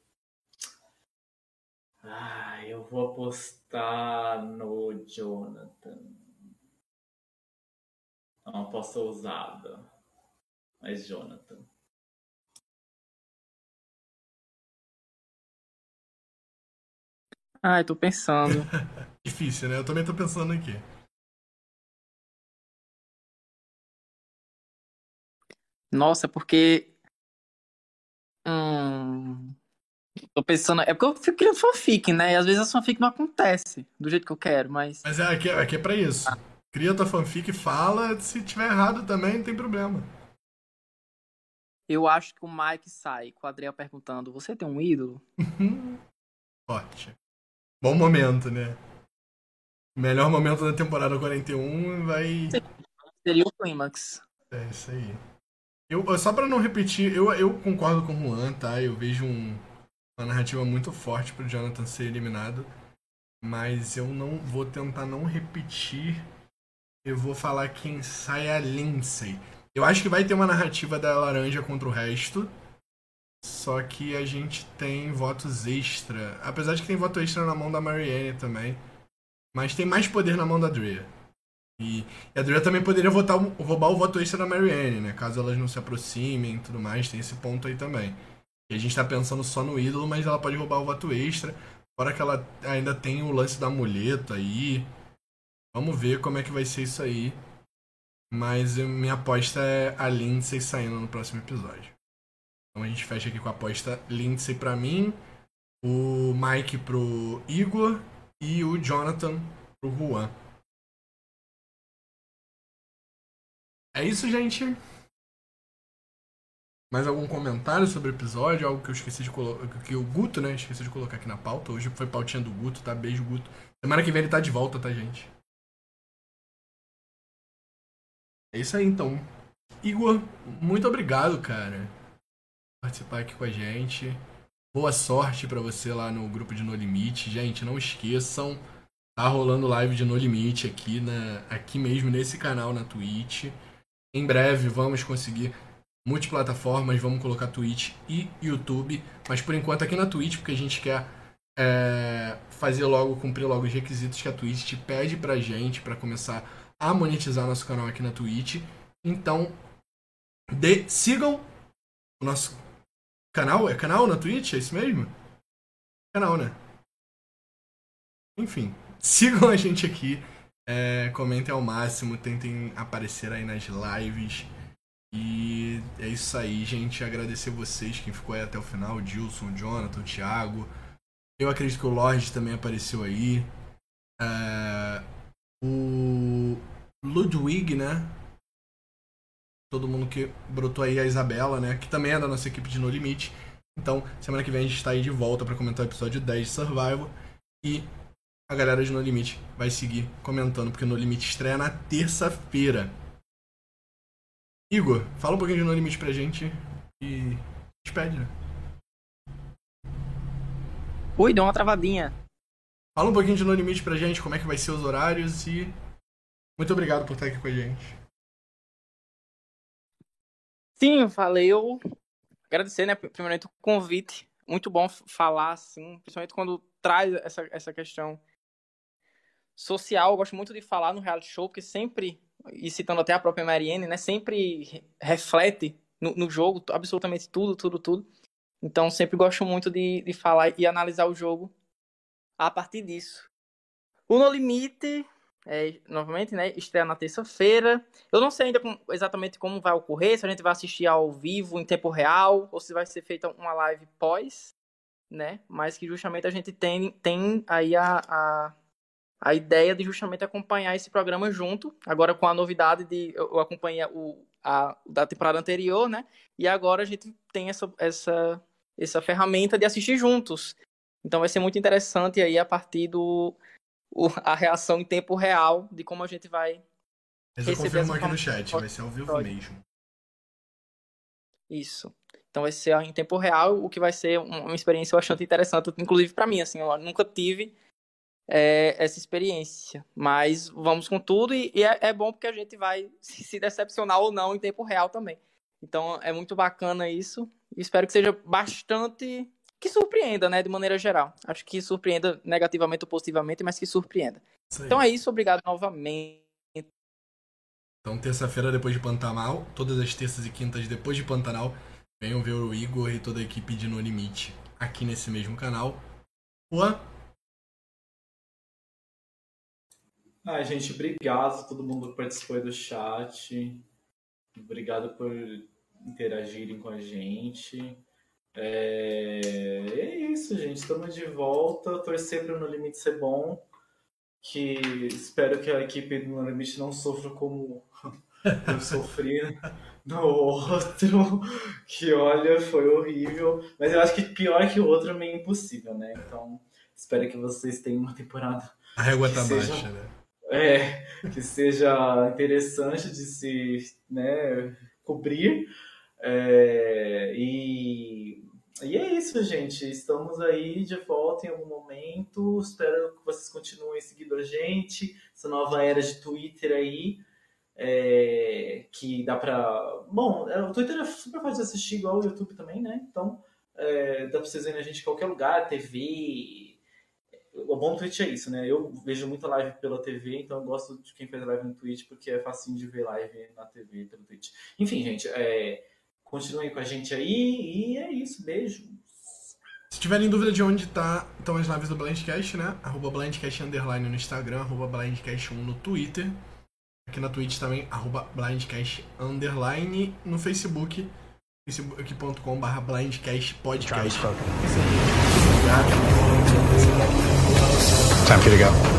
Eu vou apostar no Jonathan. É uma aposta ousada. Mas Jonathan. Ai, tô pensando. Difícil, né? Eu também tô pensando aqui. Nossa, porque. Hum, tô pensando. É porque eu fico criando fanfic, né? E às vezes a fanfic não acontece do jeito que eu quero, mas. Mas aqui é pra isso. Cria tua fanfic, fala, se tiver errado também, não tem problema. Eu acho que o Mike sai com o Adriel perguntando: Você tem um ídolo? Forte. Bom momento, né? Melhor momento da temporada 41 vai. Seria o clímax. É isso aí. Só pra não repetir, eu concordo com o Juan, tá? Eu vejo uma narrativa muito forte pro Jonathan ser eliminado. Mas eu não vou tentar não repetir. Eu vou falar quem sai é a Lindsay. Eu acho que vai ter uma narrativa da laranja contra o resto. Só que a gente tem votos extra. Apesar de que tem voto extra na mão da Marianne também. Mas tem mais poder na mão da Drea. E a Drea também poderia roubar o voto extra da Marianne, né? Caso elas não se aproximem e tudo mais. Tem esse ponto aí também. E a gente tá pensando só no ídolo, mas ela pode roubar o voto extra. Fora que ela ainda tem o lance da muleta aí. Vamos ver como é que vai ser isso aí. Mas minha aposta é a Lindsay saindo no próximo episódio. Então a gente fecha aqui com a aposta Lindsay pra mim, o Mike pro Igor e o Jonathan pro Juan. É isso, gente. Mais algum comentário sobre o episódio? Algo que eu esqueci de colocar. Que o Guto, né? Esqueci de colocar aqui na pauta. Hoje foi pautinha do Guto, tá? Beijo, Guto. Semana que vem ele tá de volta, tá, gente? É isso aí, então. Igor, muito obrigado, cara, por participar aqui com a gente. Boa sorte pra você lá no grupo de No Limite. Gente, não esqueçam, tá rolando live de No Limite aqui mesmo nesse canal na Twitch. Em breve vamos conseguir multiplataformas, vamos colocar Twitch e YouTube. Mas por enquanto aqui na Twitch, porque a gente quer cumprir logo os requisitos que a Twitch te pede pra gente pra começar a monetizar nosso canal aqui na Twitch. Então, sigam o nosso canal. É canal na Twitch? É isso mesmo? Canal, né? Enfim, sigam a gente aqui. Comentem ao máximo, tentem aparecer aí nas lives. E é isso aí, gente. Agradecer vocês, quem ficou aí até o final. O Dilson, o Jonathan, o Thiago. Eu acredito que o Lorde também apareceu aí. O Ludwig, né? Todo mundo que brotou aí, a Isabela, né? Que também é da nossa equipe de No Limite. Então, semana que vem a gente tá aí de volta pra comentar o episódio 10 de Survival. E a galera de No Limite vai seguir comentando, porque No Limite estreia na terça-feira. Igor, fala um pouquinho de No Limite pra gente e despede, né? Ui, deu uma travadinha. Fala um pouquinho de No Limite pra gente, como é que vai ser os horários e muito obrigado por estar aqui com a gente. Sim, valeu. Agradecer, né, primeiramente o convite. Muito bom falar, assim, principalmente quando traz essa questão social. Eu gosto muito de falar no reality show, porque sempre, e citando até a própria Mariene, né, sempre reflete no jogo absolutamente tudo. Então, sempre gosto muito de falar e analisar o jogo a partir disso. O No Limite, novamente, né, estreia na terça-feira. Eu não sei ainda exatamente como vai ocorrer, se a gente vai assistir ao vivo, em tempo real, ou se vai ser feita uma live pós, né? Mas que justamente a gente tem aí a ideia de justamente acompanhar esse programa junto. Agora com a novidade de eu acompanhei da temporada anterior, né? E agora a gente tem essa ferramenta de assistir juntos. Então vai ser muito interessante aí a partir a reação em tempo real de como a gente vai receber. Eu confirmo aqui no chat, vai ser ao vivo mesmo. Isso. Então vai ser em tempo real, o que vai ser uma experiência bastante interessante, inclusive para mim, assim, eu nunca tive essa experiência. Mas vamos com tudo e é bom porque a gente vai se decepcionar ou não em tempo real também. Então é muito bacana isso e espero que seja bastante... que surpreenda, né, de maneira geral. Acho que surpreenda negativamente ou positivamente, mas que surpreenda. Então é isso, obrigado novamente. Então, terça-feira depois de Pantanal, todas as terças e quintas depois de Pantanal, venham ver o Igor e toda a equipe de No Limite aqui nesse mesmo canal. Juan? Gente, obrigado a todo mundo que participou aí do chat. Obrigado por interagirem com a gente. É isso, gente. Estamos de volta. Torcer para o No Limite ser bom. Que espero que a equipe do No Limite não sofra como eu sofri no outro. Que olha, foi horrível. Mas eu acho que pior que o outro é meio impossível, né? Então, espero que vocês tenham uma temporada. A régua tá baixa, né? Que seja interessante de se, né, cobrir. E é isso, gente. Estamos aí de volta em algum momento. Espero que vocês continuem seguindo a gente. Essa nova era de Twitter aí. Que dá pra... Bom, o Twitter é super fácil de assistir, igual o YouTube também, né? Então, dá pra vocês verem a gente em qualquer lugar, TV... O bom do Twitch é isso, né? Eu vejo muita live pela TV, então eu gosto de quem faz live no Twitch, porque é facinho de ver live na TV pelo Twitch. Enfim, gente, continuem com a gente aí e é isso. Beijo. Se tiverem dúvida de onde estão as lives do Blindcast, né? @blindcast_ no Instagram, @blindcast1 no Twitter. Aqui na Twitch também, @blindcast_ no Facebook, facebook.com/blindcastpodcast. Time for you to go.